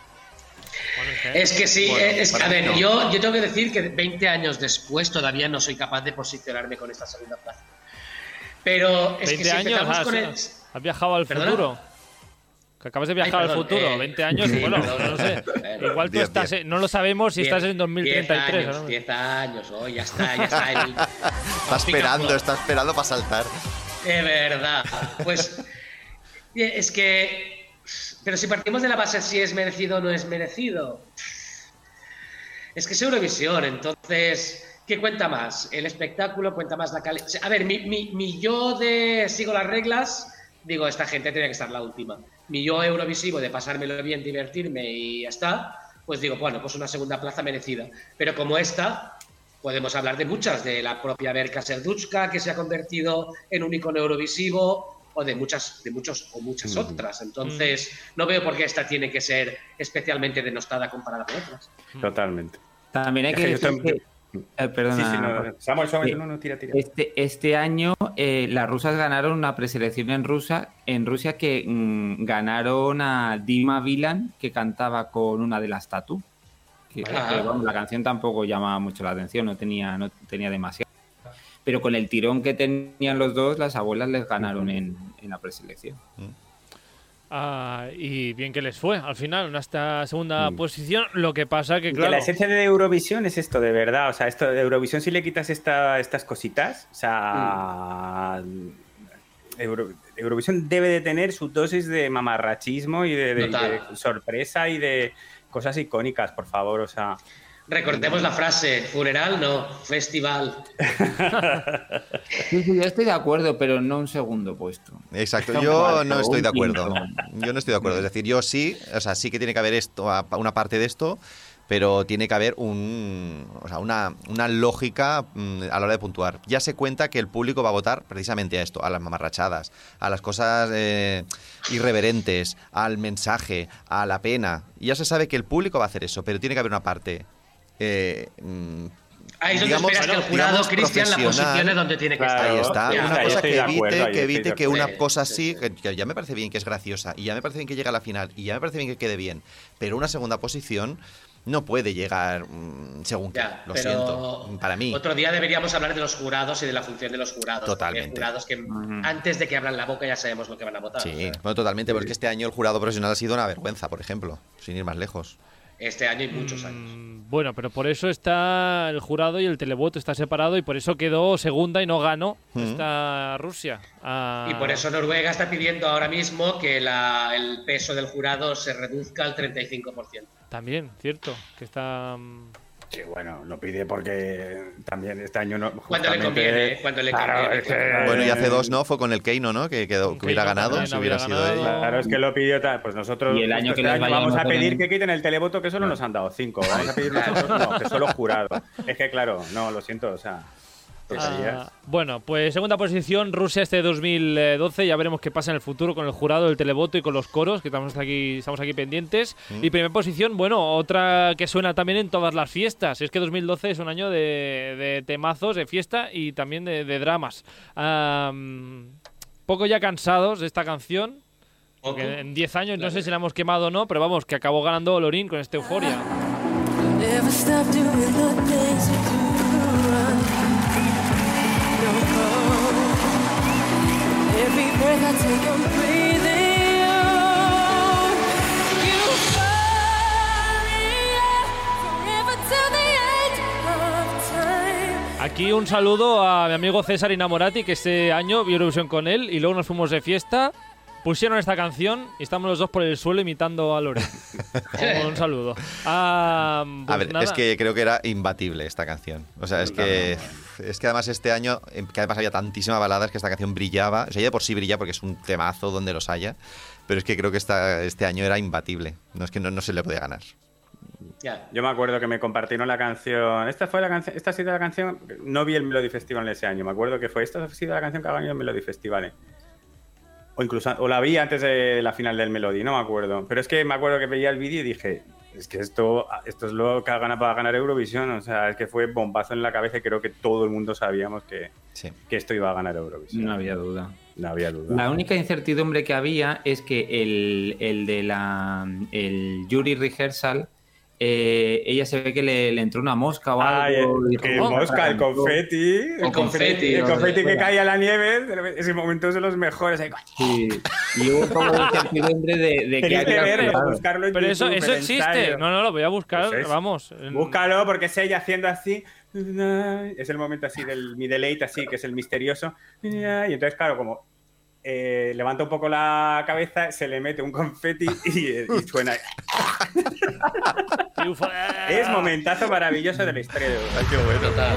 Es que sí, Bueno, es, para a mí ver, no. yo, yo tengo que decir que veinte años después todavía no soy capaz de posicionarme con esta segunda plaza. Pero es que veinte si años, empezamos has, con el... has viajado al ¿Perdona? futuro. Que acabas de viajar Ay, al perdón, futuro, eh, veinte años, sí, bueno, perdón, no sé. perdón. Igual tú diez, estás, diez. en- no lo sabemos si diez- estás en dos mil treinta y tres. diez años, ¿no? diez años, oh, ya está, ya está. El, Está esperando, está esperando para saltar. De verdad. Pues es que... Pero si partimos de la base si es merecido o no es merecido... Es que es Eurovisión, entonces, ¿qué cuenta más? ¿El espectáculo cuenta más la calidad? A ver, mi, mi, mi yo de sigo las reglas, digo, esta gente tiene que estar la última. Mi yo eurovisivo de pasármelo bien, divertirme y ya está, pues digo, bueno, pues una segunda plaza merecida. Pero como esta, podemos hablar de muchas, de la propia Berka Serduchka, que se ha convertido en un icono eurovisivo, o de muchas, de muchos o muchas otras. Entonces, no veo por qué esta tiene que ser especialmente denostada comparada con otras. Totalmente. También hay que Es que yo decir estoy- que, eh, perdona, Sí, sí, no, Samuel, Samuel, Sí. no, no, tira, tira. Este, este año eh, las rusas ganaron una preselección en Rusia, en Rusia que mm, ganaron a Dima Bilan, que cantaba con una de las Tatu. Que, Ah. que, vamos, la canción tampoco llamaba mucho la atención, no tenía, no tenía demasiado. Pero con el tirón que tenían los dos, las abuelas les ganaron en, en la preselección. Ah, y bien que les fue al final, en esta segunda Mm. posición. Lo que pasa que, Que claro. la esencia de Eurovisión es esto, de verdad. O sea, esto de Eurovisión, si le quitas esta, estas cositas, o sea. Euro- Eurovisión debe de tener su dosis de mamarrachismo y de, de- Total. de sorpresa y de cosas icónicas, por favor. O sea, Recordemos la frase, funeral no, festival. Sí, sí, yo estoy de acuerdo, pero no un segundo puesto. Exacto, Está yo cuarto, no estoy de un acuerdo. quinto. Yo no estoy de acuerdo. Es decir, yo sí, o sea, sí que tiene que haber esto, una parte de esto, pero tiene que haber un, o sea, una, una lógica mm, a la hora de puntuar. Ya se cuenta que el público va a votar precisamente a esto, a las mamarrachadas, a las cosas eh, irreverentes, al mensaje, a la pena. Y ya se sabe que el público va a hacer eso, pero tiene que haber una parte... Eh, mm, Ahí es donde digamos, esperas que el digamos, jurado, Cristian, la profesional. posicione donde tiene que estar. Ahí está, Ya, una ya, cosa estoy que de evite, acuerdo, que, ahí estoy evite de que acuerdo. una cosa así, que, que ya me parece bien que es graciosa, y ya me parece bien que llegue a la final, y ya me parece bien que quede bien, pero una segunda posición no puede llegar mmm, según Ya, que, lo pero siento, para mí. Otro día deberíamos hablar de los jurados y de la función de los jurados. Totalmente. Porque hay jurados que uh-huh. antes de que abran la boca ya sabemos lo que van a votar. Sí, o sea. bueno, totalmente, sí. Porque este año el jurado profesional ha sido una vergüenza, por ejemplo, sin ir más lejos. Este año y muchos años. Mm, bueno, pero por eso está el jurado y el televoto está separado y por eso quedó segunda y no ganó mm-hmm. esta Rusia. Ah. Y por eso Noruega está pidiendo ahora mismo que la, el peso del jurado se reduzca al treinta y cinco por ciento. También, cierto, que está... Sí, bueno, lo pide porque también este año no... Cuando le conviene, cuando le claro, conviene. Es que... Bueno, y hace dos, ¿no? Fue con el Keino, ¿no? Que, quedó, que hubiera ganado, si hubiera sido él. Claro, es que lo pidió tal. Pues nosotros y el año este que año vamos a pedir en... que quiten el televoto, que solo nos han dado cinco. Vamos a pedir nosotros, no, que solo jurado. Es que claro, no, lo siento, o sea... Ah, bueno, pues segunda posición, Rusia este dos mil doce. Ya veremos qué pasa en el futuro con el jurado, el televoto y con los coros, que estamos aquí, estamos aquí pendientes. Mm. Y primera posición, bueno, otra que suena también en todas las fiestas. Es que dos mil doce es un año de, de temazos, de fiesta y también de, de dramas. Um, poco ya cansados de esta canción. Porque en diez años no sé si la hemos quemado o no, pero vamos, que acabó ganando Lorin con esta euforia. Aquí un saludo a mi amigo César Innamorati, que este año vi Eurovisión con él y luego nos fuimos de fiesta. Pusieron esta canción y estamos los dos por el suelo imitando a Lore. Un saludo. Ah, pues a ver, nada. Es que creo que era imbatible esta canción. O sea, es que es que además este año, que además había tantísimas baladas que esta canción brillaba. O sea, ya de por sí brilla porque es un temazo donde los haya. Pero es que creo que esta, este año era imbatible. No es que no, no se le podía ganar. Yeah. Yo me acuerdo que me compartieron la canción. Esta fue la canción. Esta ha sido la canción. No vi el Melody Festival ese año. Me acuerdo que fue esta ha sido la canción que ha ganado el Melody Festival. ¿eh? O incluso o la vi antes de la final del Melody, no me acuerdo. Pero es que me acuerdo que veía el vídeo y dije, es que esto, esto es lo que ha ganado para ganar Eurovisión. O sea, es que fue bombazo en la cabeza y creo que todo el mundo sabíamos que, sí. que esto iba a ganar Eurovisión. No había duda. No había duda. La única incertidumbre que había es que el, el de la el jury rehearsal, eh, ella se ve que le, le entró una mosca o algo. Ay, el, el mosca, el confeti. El, el confeti. El confeti que cae a la nieve. Ese momento es de los mejores. Sí. Y hubo como incertidumbre de, de que había que verlo, buscarlo en Pero YouTube, eso, eso existe. ensayo. No, no, lo voy a buscar. Pues es, vamos. Búscalo porque es ella haciendo así. Es el momento así del mi deleite, así, que es el misterioso. Y entonces, claro, como eh, levanta un poco la cabeza, se le mete un confeti y, y suena. Es momentazo maravilloso de la historia de Europa. Qué bueno. Total.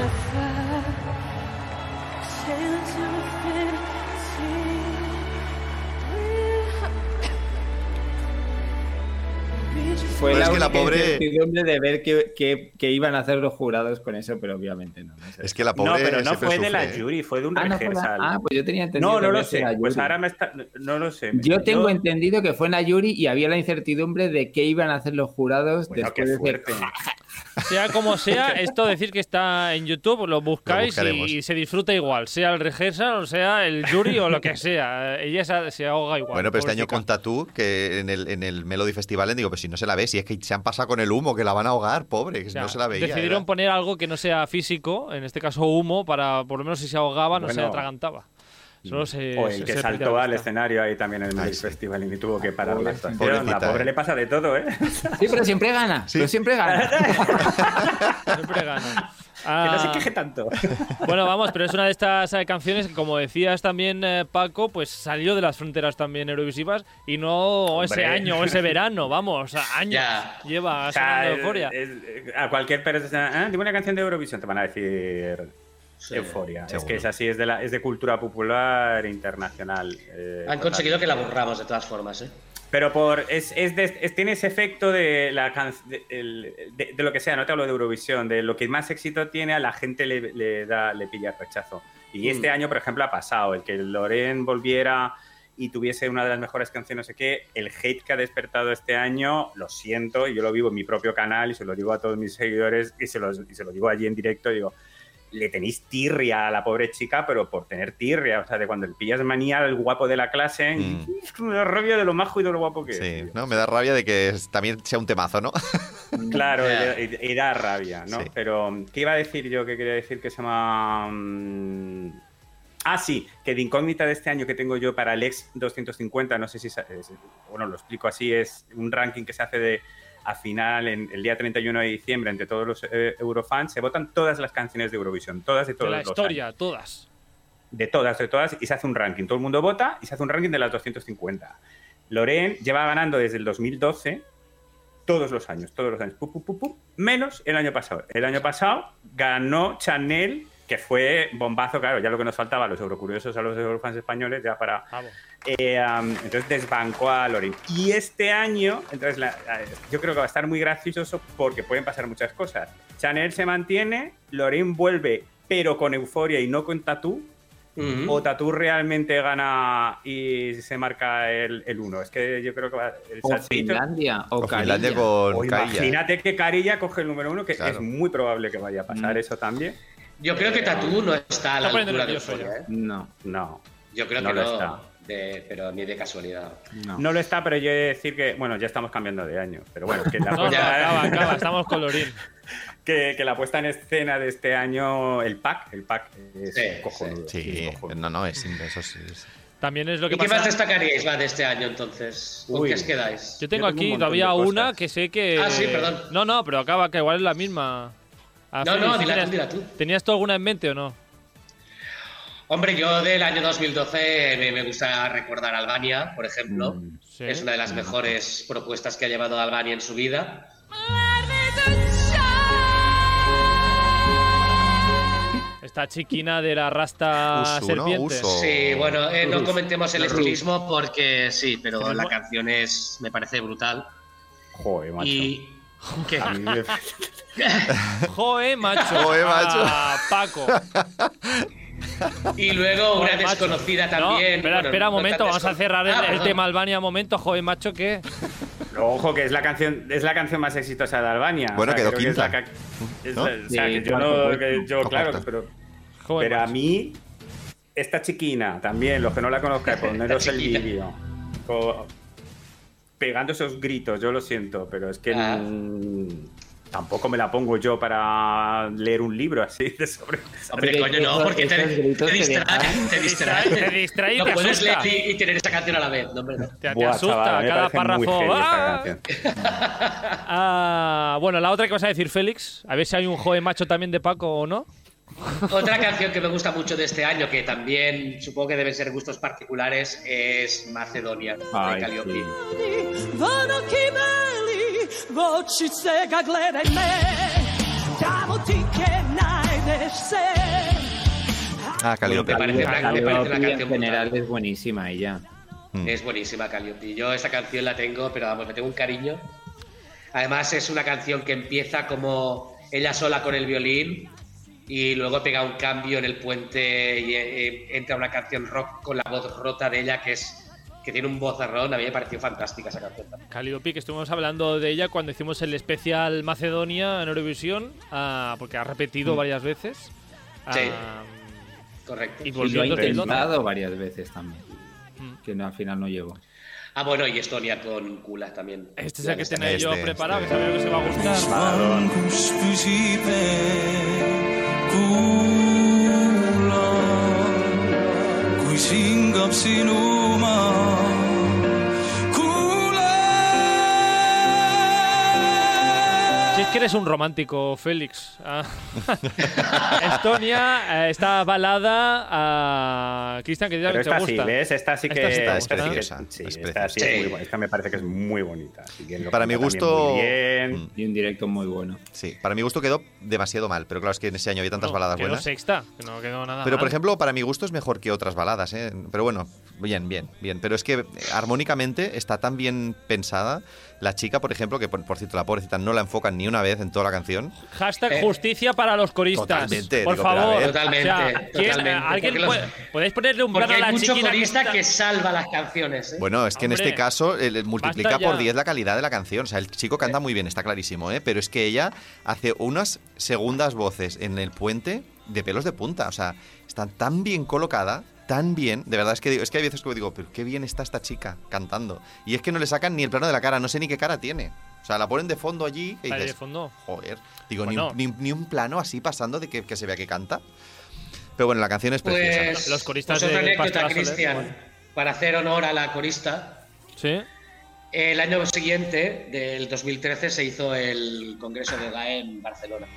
Fue pero la es que la única pobre incertidumbre de ver qué, qué, qué iban a hacer los jurados con eso, pero obviamente no. no sé. Es que la pobre no, pero no siempre fue de la sufre. jury, fue de un ah, no fue la- rehearsal. ah, pues yo tenía entendido. No, no que lo había sido sé. la Pues jury. ahora me está. No lo sé. Yo tengo Yo- entendido que fue en la jury y había la incertidumbre de qué iban a hacer los jurados Bueno, después qué de hacer. fuerte. Sea como sea, esto decir que está en YouTube, lo buscáis Lo y, buscaremos. y se disfruta igual, sea el rehearsal o sea el jury o lo que sea. Ella se, se ahoga igual. Bueno, pero este año pobrecita. con Tatú, que en el, en el Melody Festival, digo, pues si no se la ve, si es que se han pasado con el humo, que la van a ahogar, pobre, que O sea, no se la veía. decidieron era. poner algo que no sea físico, en este caso humo, para por lo menos si se ahogaba no se Bueno. atragantaba. Solo se, O el se- que se saltó perdía al la vista. escenario ahí también en el Ay, Melody sí. Festival y tuvo que parar la actuación. Pobrecita, La pobre eh. le pasa de todo, ¿eh? Sí, pero siempre gana. Sí. Pero siempre gana. Siempre gana. Que no se Ah, queje tanto. Bueno, vamos, pero es una de estas eh, canciones que, como decías también, eh, Paco, pues salió de las fronteras también eurovisivas y no ese Hombre. año o ese verano, vamos, a- años Ya. lleva O sea, sonando es- Euforia. es- a cualquier persona, ¿eh? Dime una canción de Eurovisión, te van a decir Euforia. Es seguro. que es así, es de, la, es de cultura popular internacional. eh, Han total. conseguido que la borramos de todas formas, ¿eh? Pero por es, es, de- es- tiene ese efecto de, la can- de, el- de- de lo que sea, no te hablo de Eurovisión, de lo que más éxito tiene a la gente le, le da le pilla el rechazo. Y este Mm. año, por ejemplo, ha pasado, el que Loreen volviera y tuviese una de las mejores canciones, no sé qué, el hate que ha despertado este año, lo siento, y yo lo vivo en mi propio canal y se lo digo a todos mis seguidores y se, los, y se lo digo allí en directo, digo, le tenéis tirria a la pobre chica, pero por tener tirria, o sea, de cuando le pillas manía al guapo de la clase, Mm. es una rabia de lo majo y de lo guapo que es. Sí, tío. no, me da rabia de que es- también sea un temazo, ¿no? Claro, Ya. y, y da rabia, ¿no? Sí. Pero, ¿qué iba a decir yo? ¿Qué quería decir que se llama...? mm, Ah, sí, que de incógnita de este año que tengo yo para el X doscientos cincuenta, no sé si... sa- es- Bueno, lo explico así, es un ranking que se hace de... A final, en el día treinta y uno de diciembre, entre todos los eh, Eurofans, se votan todas las canciones de Eurovisión, todas de De todos la los historia, años. todas. De todas, de todas, y se hace un ranking. Todo el mundo vota y se hace un ranking de las doscientos cincuenta. Loreen lleva ganando desde el dos mil doce todos los años, todos los años, pu, pu, pu, pu, menos el año pasado. El año pasado ganó Chanel, que fue bombazo, claro, ya lo que nos faltaba a los eurocuriosos, a los eurofans españoles, ya para... Vamos. Eh, um, entonces desbancó a Loreen. Y este año, entonces la- eh, yo creo que va a estar muy gracioso porque pueden pasar muchas cosas. Chanel se mantiene, Loreen vuelve, pero con Euforia y no con Tatú. Ujú. O Tatú realmente gana y se marca el, el uno. Es que yo creo que va el O saltito. Finlandia, o, O Finlandia Carilla. con O Kaya. imagínate que Carilla coge el número uno, que Claro. es muy probable que vaya a pasar Mm. eso también. Yo creo que Tatú no está a la Está poniendo altura de nervioso Euphoria, ya. ¿eh? No, No. Yo creo No que lo no, está. de- pero ni de casualidad. no. No lo está, pero yo he de decir que, bueno, ya estamos cambiando de año, pero bueno, que la, No, no, puesta, acaba, acaba, estamos con Lorín. que, que la puesta en escena de este año, el pack, el pack es Sí, cojonudo. Sí, cojonudo. no, no, es, eso sí. es- También es lo que ¿Y qué pasa. más destacaríais va de este año entonces? ¿Con Uy. qué os quedáis? Yo tengo Yo tengo un aquí montón todavía de cosas. una que sé que. Ah, sí, perdón. No, no, pero acaba, que igual es la misma. Ah, No, Félix, no, dila ¿tenías- tú, dila tú. ¿Tenías tú alguna en mente o no? Hombre, yo del año dos mil doce me, me gusta recordar Albania, por ejemplo. Mm, Sí. Es una de las mejores propuestas que ha llevado Albania en su vida. Esta chiquina de la rasta Usu, ¿no? serpiente. Uso. Sí, bueno, eh, no Uf, comentemos el uf. estilismo porque sí, pero Pero la bu- canción es, me parece brutal. Joder, macho. Y ¿qué? A mí me- Joe, macho. Joe, macho. Ah, Paco. Y luego una Joe, macho. desconocida No, también. espera, bueno, espera un no momento, tan vamos a descon- cerrar el, Ah, el perdón. tema Albania un momento. Joe, macho, ¿qué? Pero ojo, que es la canción, es la canción más exitosa de Albania. Bueno, quedó creo que es la quinta. ca- es ¿No? la- o sea, Sí, que yo cuarto no, puesto. que yo, O claro, cuarto. pero, Joe, pero a macho. mí, esta chiquina también, los que no la conozcan, poneros el chiquina. vídeo. co- Pegando esos gritos, yo lo siento, pero es que Ah. mm, tampoco me la pongo yo para leer un libro así de sobre. Hombre, Porque coño, no, esos- porque te, esos gritos te te distrae, dejan- te distrae. Te distrae y No te puedes asusta. leer y, y tener esa canción a la vez, no, hombre, no. Te, te Buah, asusta chaval, me cada parece muy párrafo. heavy esta ¡Ah! canción. Ah, bueno, la otra que vas a decir, Félix. A ver si hay un Joe macho también de Paco o no. Otra canción que me gusta mucho de este año, que también supongo que deben ser gustos particulares, es Macedonia, de Ay, Calliope. sí. Vono kimeli, vočice gledaj me, tamo ti que najdeš se. Ah, Calliope. Me parece una- me parece una Calliope canción en general brutal. es buenísima ella. Mm. Es buenísima Calliope. Yo esa canción la tengo, pero vamos, me tengo un cariño. Además es una canción que empieza como ella sola con el violín y luego pega un cambio en el puente y eh, entra una canción rock con la voz rota de ella que es que tiene un vozarrón. A mí me pareció fantástica esa canción también. Calliope, que estuvimos hablando de ella cuando hicimos el especial Macedonia en Eurovisión, ah, porque ha repetido varias veces. Ah, Sí. Correcto. Y Y lo ha volviendo del Londres. intentado varias veces también. Mm. Que no, al final no llegó. Ah, bueno, y Estonia con Kula también. Este es el que Este- tenía yo este, preparado, este. que sabía que se va a gustar. Kus püsibe kuula, kui sinuma. Si es que eres un romántico, Félix. Ah. Estonia, eh, esta balada a Cristian, que ya Pero te esta gusta. sí, ¿ves? Esta sí que Esta es esta sí que- preciosa, sí, es esta sí preciosa. es muy buena. Esta me parece que es muy bonita. Así que lo Para mi canta gusto- también muy bien. Y un directo muy bueno. Sí, para mi gusto quedó demasiado mal, pero claro, es que en ese año había tantas No, baladas quedó buenas. sexta, que no quedó nada Pero, por mal. ejemplo, para mi gusto es mejor que otras baladas, ¿eh? Pero bueno, bien, bien, bien. Pero es que eh, armónicamente está tan bien pensada. La chica, por ejemplo, que por, por cierto, la pobrecita no la enfocan ni una vez en toda la canción. Hashtag Eh, justicia para los coristas. totalmente, Por digo, pero a favor. ver. Totalmente, O sea, ¿quién- totalmente, ¿alguien porque los- puede- ¿Podéis ponerle un Porque plano a hay la mucho chiquina corista está- que salva las canciones, ¿eh? Bueno, es que en Hombre, este caso eh, le multiplica basta ya. por diez la calidad de la canción. O sea, el chico canta muy bien, está clarísimo, ¿eh? Pero es que ella hace unas segundas voces en el puente de pelos de punta. O sea, está tan bien colocada, tan bien. De verdad, es que, digo- es que hay veces que digo, pero qué bien está esta chica cantando. Y es que no le sacan ni el plano de la cara, no sé ni qué cara tiene. O sea, la ponen de fondo allí y Ahí de dices, fondo. joder. Digo, Bueno. ni, un, ni- ni un plano así pasando de que, que se vea que canta. Pero bueno, la canción es preciosa. Pues, Los coristas pues otra de anécdota, Pastora Soler, Cristian, bueno. para hacer honor a la corista. Sí. El año siguiente, del dos mil trece, se hizo el Congreso de G A E en Barcelona.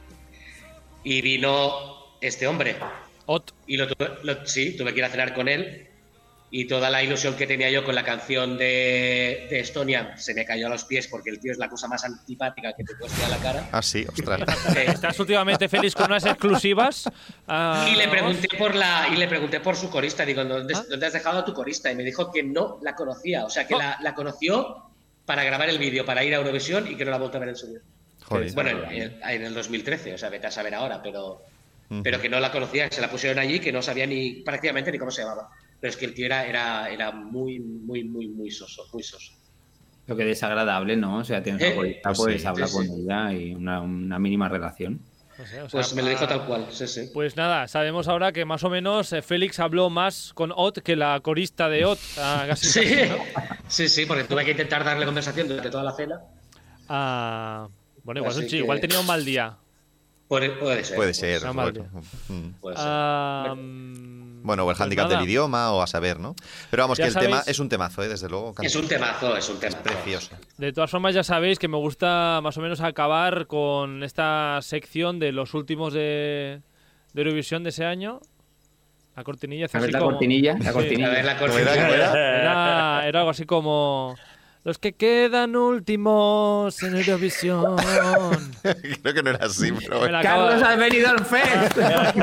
Y vino este hombre. Ot. Y lo tuve, lo- sí, tuve que ir a cenar con él. Y toda la ilusión que tenía yo con la canción de, de Estonia se me cayó a los pies porque el tío es la cosa más antipática que te puedes tirar a la cara. Ah, sí, ostras. Eh, Estás últimamente feliz con unas exclusivas. Ah, Y le pregunté por la y le pregunté por su corista, digo, ¿dónde, ¿Ah? ¿dónde has dejado a tu corista? Y me dijo que no la conocía, o sea, que Oh. la, la conoció para grabar el vídeo, para ir a Eurovisión y que no la ha vuelto a ver en su vida. Joder. Bueno, en, en- en el dos mil trece, o sea, vete a saber ahora, pero, Ujú. pero que no la conocía, que se la pusieron allí, que no sabía ni prácticamente ni cómo se llamaba. Pero es que el tío era, era, era muy, muy, muy, muy soso, muy soso. Lo que desagradable, ¿no? O sea, tienes Eh, una corista, pues puedes sí, hablar sí, con sí. ella y una, una mínima relación. no sé, o sea, Pues me lo dijo ah, tal cual, sí, sí. Pues nada, sabemos ahora que más o menos eh, Félix habló más con Ot que la corista de Ot. Ah, casi, Sí, casi, ¿no? sí, sí, porque tuve que intentar darle conversación durante toda la cena. Ah, bueno, igual, Así un chi- que- igual tenía un mal día. Puede, puede ser. Puede ser. Está mal, Bueno, mm. Puede ser. Ah, mm, Bueno, o el pues hándicap nada. del idioma, o a saber, ¿no? Pero vamos, Ya que el tema sabéis- es un temazo, ¿eh? Desde luego. Es un temazo, es un temazo. Precioso. De todas formas, ya sabéis que me gusta más o menos acabar con esta sección de los últimos de, de Eurovisión de ese año. La cortinilla hace A ver así la como- cortinilla, la Sí. A cortinilla. ver, la ¿Cómo cortina. era? ¿Cómo era? Era, era algo así como los que quedan últimos en Eurovisión. Creo que no era así, pero Me la Carlos, acaba- has venido al fest.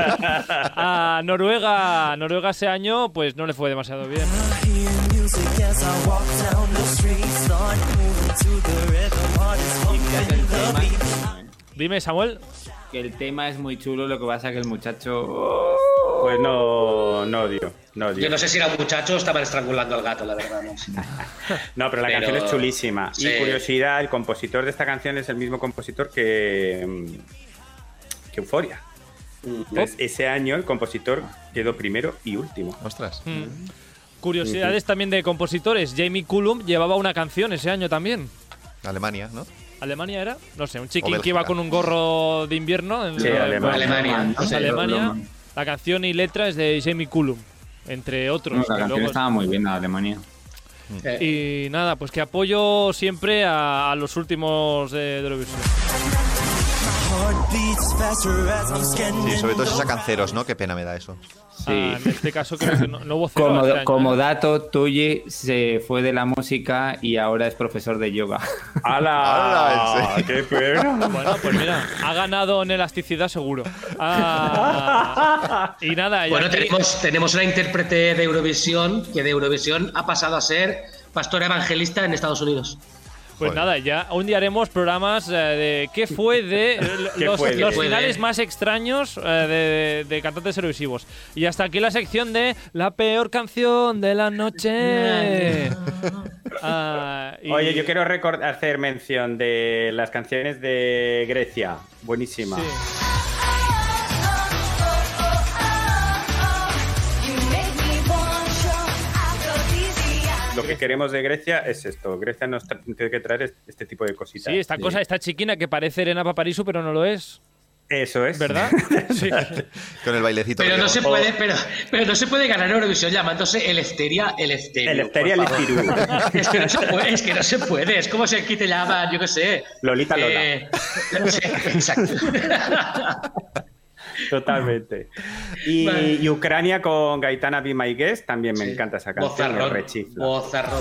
A Noruega, Noruega ese año pues no le fue demasiado bien. Hear music as I walk down the street, start moving to the rhythm, heart is pumping the beat. Dime, Samuel. Que el tema es muy chulo, lo que pasa es que el muchacho... Pues no, no dio. No, dio. Yo no sé si era un muchacho o estaban estrangulando al gato, la verdad. No sé. No, pero la Pero- canción es chulísima. Sí. Y curiosidad, el compositor de esta canción es el mismo compositor que, mm, que Euforia. Entonces, ese año el compositor quedó primero y último. ostras. Mm. Curiosidades también de compositores. Jamie Cullum llevaba una canción ese año también. Alemania, ¿no? ¿Alemania era? No sé, un chiquín Bélgica. que iba con un gorro de invierno. En Sí, en- Alemania. Alemania. Pues Sí, Alemania. La canción y letra es de Jamie Cullum, entre otros. No, que la canción luego- estaba muy bien, la de Alemania. Eh, Y nada, pues que apoyo siempre a, a los últimos de, de Eurovisión. Heart beats faster as I'm scanning Sí, sobre todo si the sacan ceros, ¿no? Qué pena me da eso. Sí. Ah, en este caso creo que no, no hubo cero Como, este año, como ¿eh? dato, Tuyi se fue de la música y ahora es profesor de yoga. ¡Hala! ¡Hala! ¡Qué pena! Bueno, pues mira, ha ganado en elasticidad seguro. Ah, y nada, y bueno, aquí- tenemos, tenemos una intérprete de Eurovisión que de Eurovisión ha pasado a ser pastora evangelista en Estados Unidos. pues Joder. nada, ya un día haremos programas eh, de qué fue de eh, ¿Qué los, fue de? los ¿Qué fue finales de? más extraños eh, de, de cantantes eurovisivos. Y hasta aquí la sección de la peor canción de la noche. Ah, y- Oye, yo quiero record- hacer mención de las canciones de Grecia. Buenísima. Sí. Lo que queremos de Grecia es esto. Grecia nos tra- tiene que traer este tipo de cositas. Sí, esta cosa, esta chiquina que parece Elena Paparisu, pero no lo es. Eso es. ¿Verdad? Sí. Con el bailecito. Pero que no lleva. se puede, pero, pero no se puede ganar Eurovisión llamándose Eleftheria Eleftheriou. Eleftheria por favor. Eleftheriou. Es que no se puede, es que no se puede. Es como si aquí te llaman, yo qué sé. Lolita Lola. Eh, no sé, exacto. Totalmente. Y, Vale. y Ucrania con Gaitana Be My Guest, también me Sí. encanta esa canción. me Bozarrón. rechifla. Bozarrón.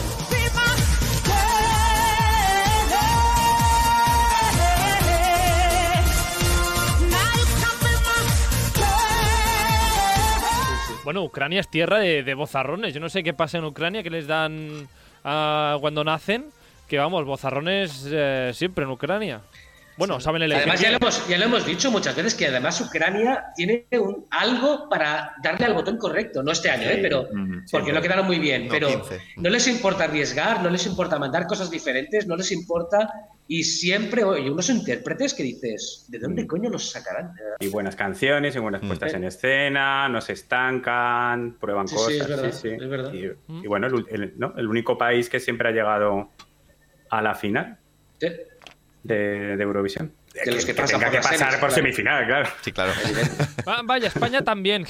Bueno, Ucrania es tierra de, de bozarrones. Yo no sé qué pasa en Ucrania, que les dan ah, cuando nacen, que vamos, bozarrones eh, siempre en Ucrania. Bueno, saben elegir. Además, ya lo, hemos, ya lo hemos dicho muchas veces que además Ucrania tiene un, algo para darle al botón correcto. No este año, Sí. ¿eh? Pero, Mm, porque sí, lo quedaron muy bien. No, pero quince. no les importa arriesgar, no les importa mandar cosas diferentes, no les importa. Y siempre, oye, unos intérpretes que dices, ¿de dónde coño los sacarán? Y buenas canciones y buenas Mm. puestas en escena, no se estancan, prueban Sí, cosas. sí, es verdad, sí, sí. es verdad. Y, y bueno, el, el- ¿no? el único país que siempre ha llegado a la final Sí. de, de Eurovisión. De los que que pasan tenga por que las pasar semis, por claro. semifinal, claro. Sí, claro. Ah, vaya, España también.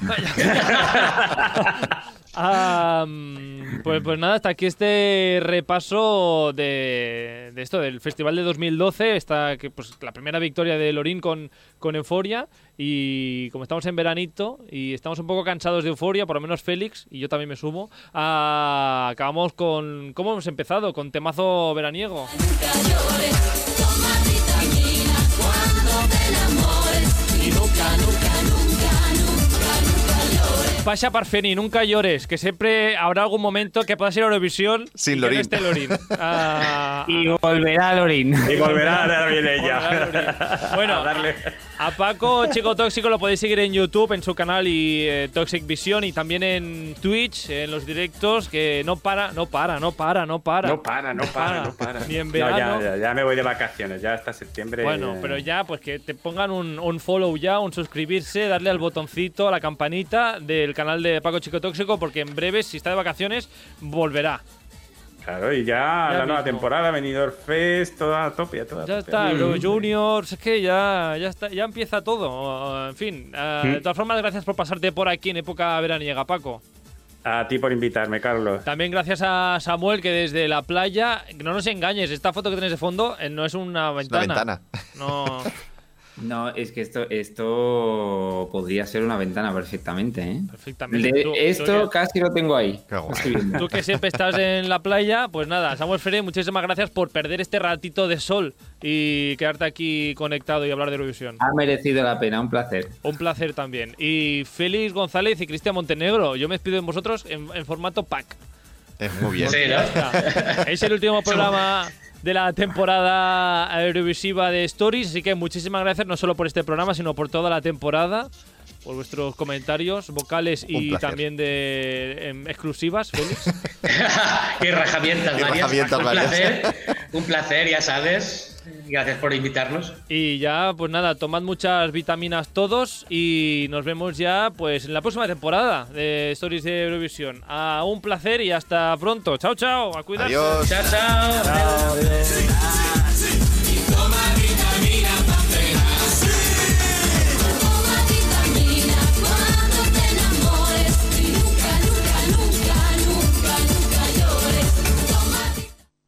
Vaya. Ah, mm, pues, pues nada, hasta aquí este repaso de, de esto, del Festival de dos mil doce. Esta, que, pues, la primera victoria de Lorín con, con Euphoria. Y como estamos en veranito y estamos un poco cansados de Euphoria, por lo menos Félix, y yo también me sumo, ah, acabamos con... ¿Cómo hemos empezado? Con temazo veraniego. Pasha Parfeni, nunca llores, que siempre habrá algún momento que puedas ir a Eurovisión Sin y que Lorín. no esté Lorín. Ah, Y volverá Lorín. Y volverá a dar bien volverá ella. Lorín. Bueno, A darle. a Paco Chico Tóxico lo podéis seguir en YouTube, en su canal y eh, Toxic Vision, y también en Twitch, en los directos, que no para, no para, no para, no para. No para, no para, no para. Ni en No, verano. ya, ya, ya me voy de vacaciones, ya hasta septiembre. Bueno, pero ya, pues que te pongan un, un follow ya, un suscribirse, darle al botoncito, a la campanita del canal de Paco Chico Tóxico, porque en breve, si está de vacaciones, volverá. Claro, y ya, Ya la nueva mismo. temporada, Benidorm Fest, toda a tope, a toda Ya a tope. está, Euro Juniors, es que ya, ya está, ya empieza todo. En fin, eh, Mm. de todas formas, gracias por pasarte por aquí en época veraniega, Paco. A ti por invitarme, Carlos. También gracias a Samuel, que desde la playa, no nos engañes, esta foto que tienes de fondo eh, no es una Es una ventana. ventana. No. No, es que esto, esto podría ser una ventana perfectamente, ¿eh? Perfectamente. De- Tú- tú esto que- casi lo tengo ahí. Qué guay. Lo estoy viendo. Tú que siempre estás en la playa, pues nada, Samuel Ferre, muchísimas gracias por perder este ratito de sol y quedarte aquí conectado y hablar de Eurovisión. Ha merecido la pena, un placer. Un placer también. Y Félix González y Cristian Montenegro, yo me despido de vosotros en, en formato pack. Es muy bien. Sí, ¿no? Ya está. Es el último programa de la temporada Eurovisiva de Stories, así que muchísimas gracias no solo por este programa, sino por toda la temporada, por vuestros comentarios vocales y Un placer. también de em, exclusivas, Félix. Qué rajamientas, Qué Marias. rajamientas, Un Marias. placer, un placer, ya sabes. Gracias por invitarnos. Y ya, pues nada, tomad muchas vitaminas todos y nos vemos ya pues en la próxima temporada de Stories de Eurovisión. Ah, un placer y hasta pronto. Chao, chao. A cuidarse. Adiós. Chao, chao. Chao, adiós.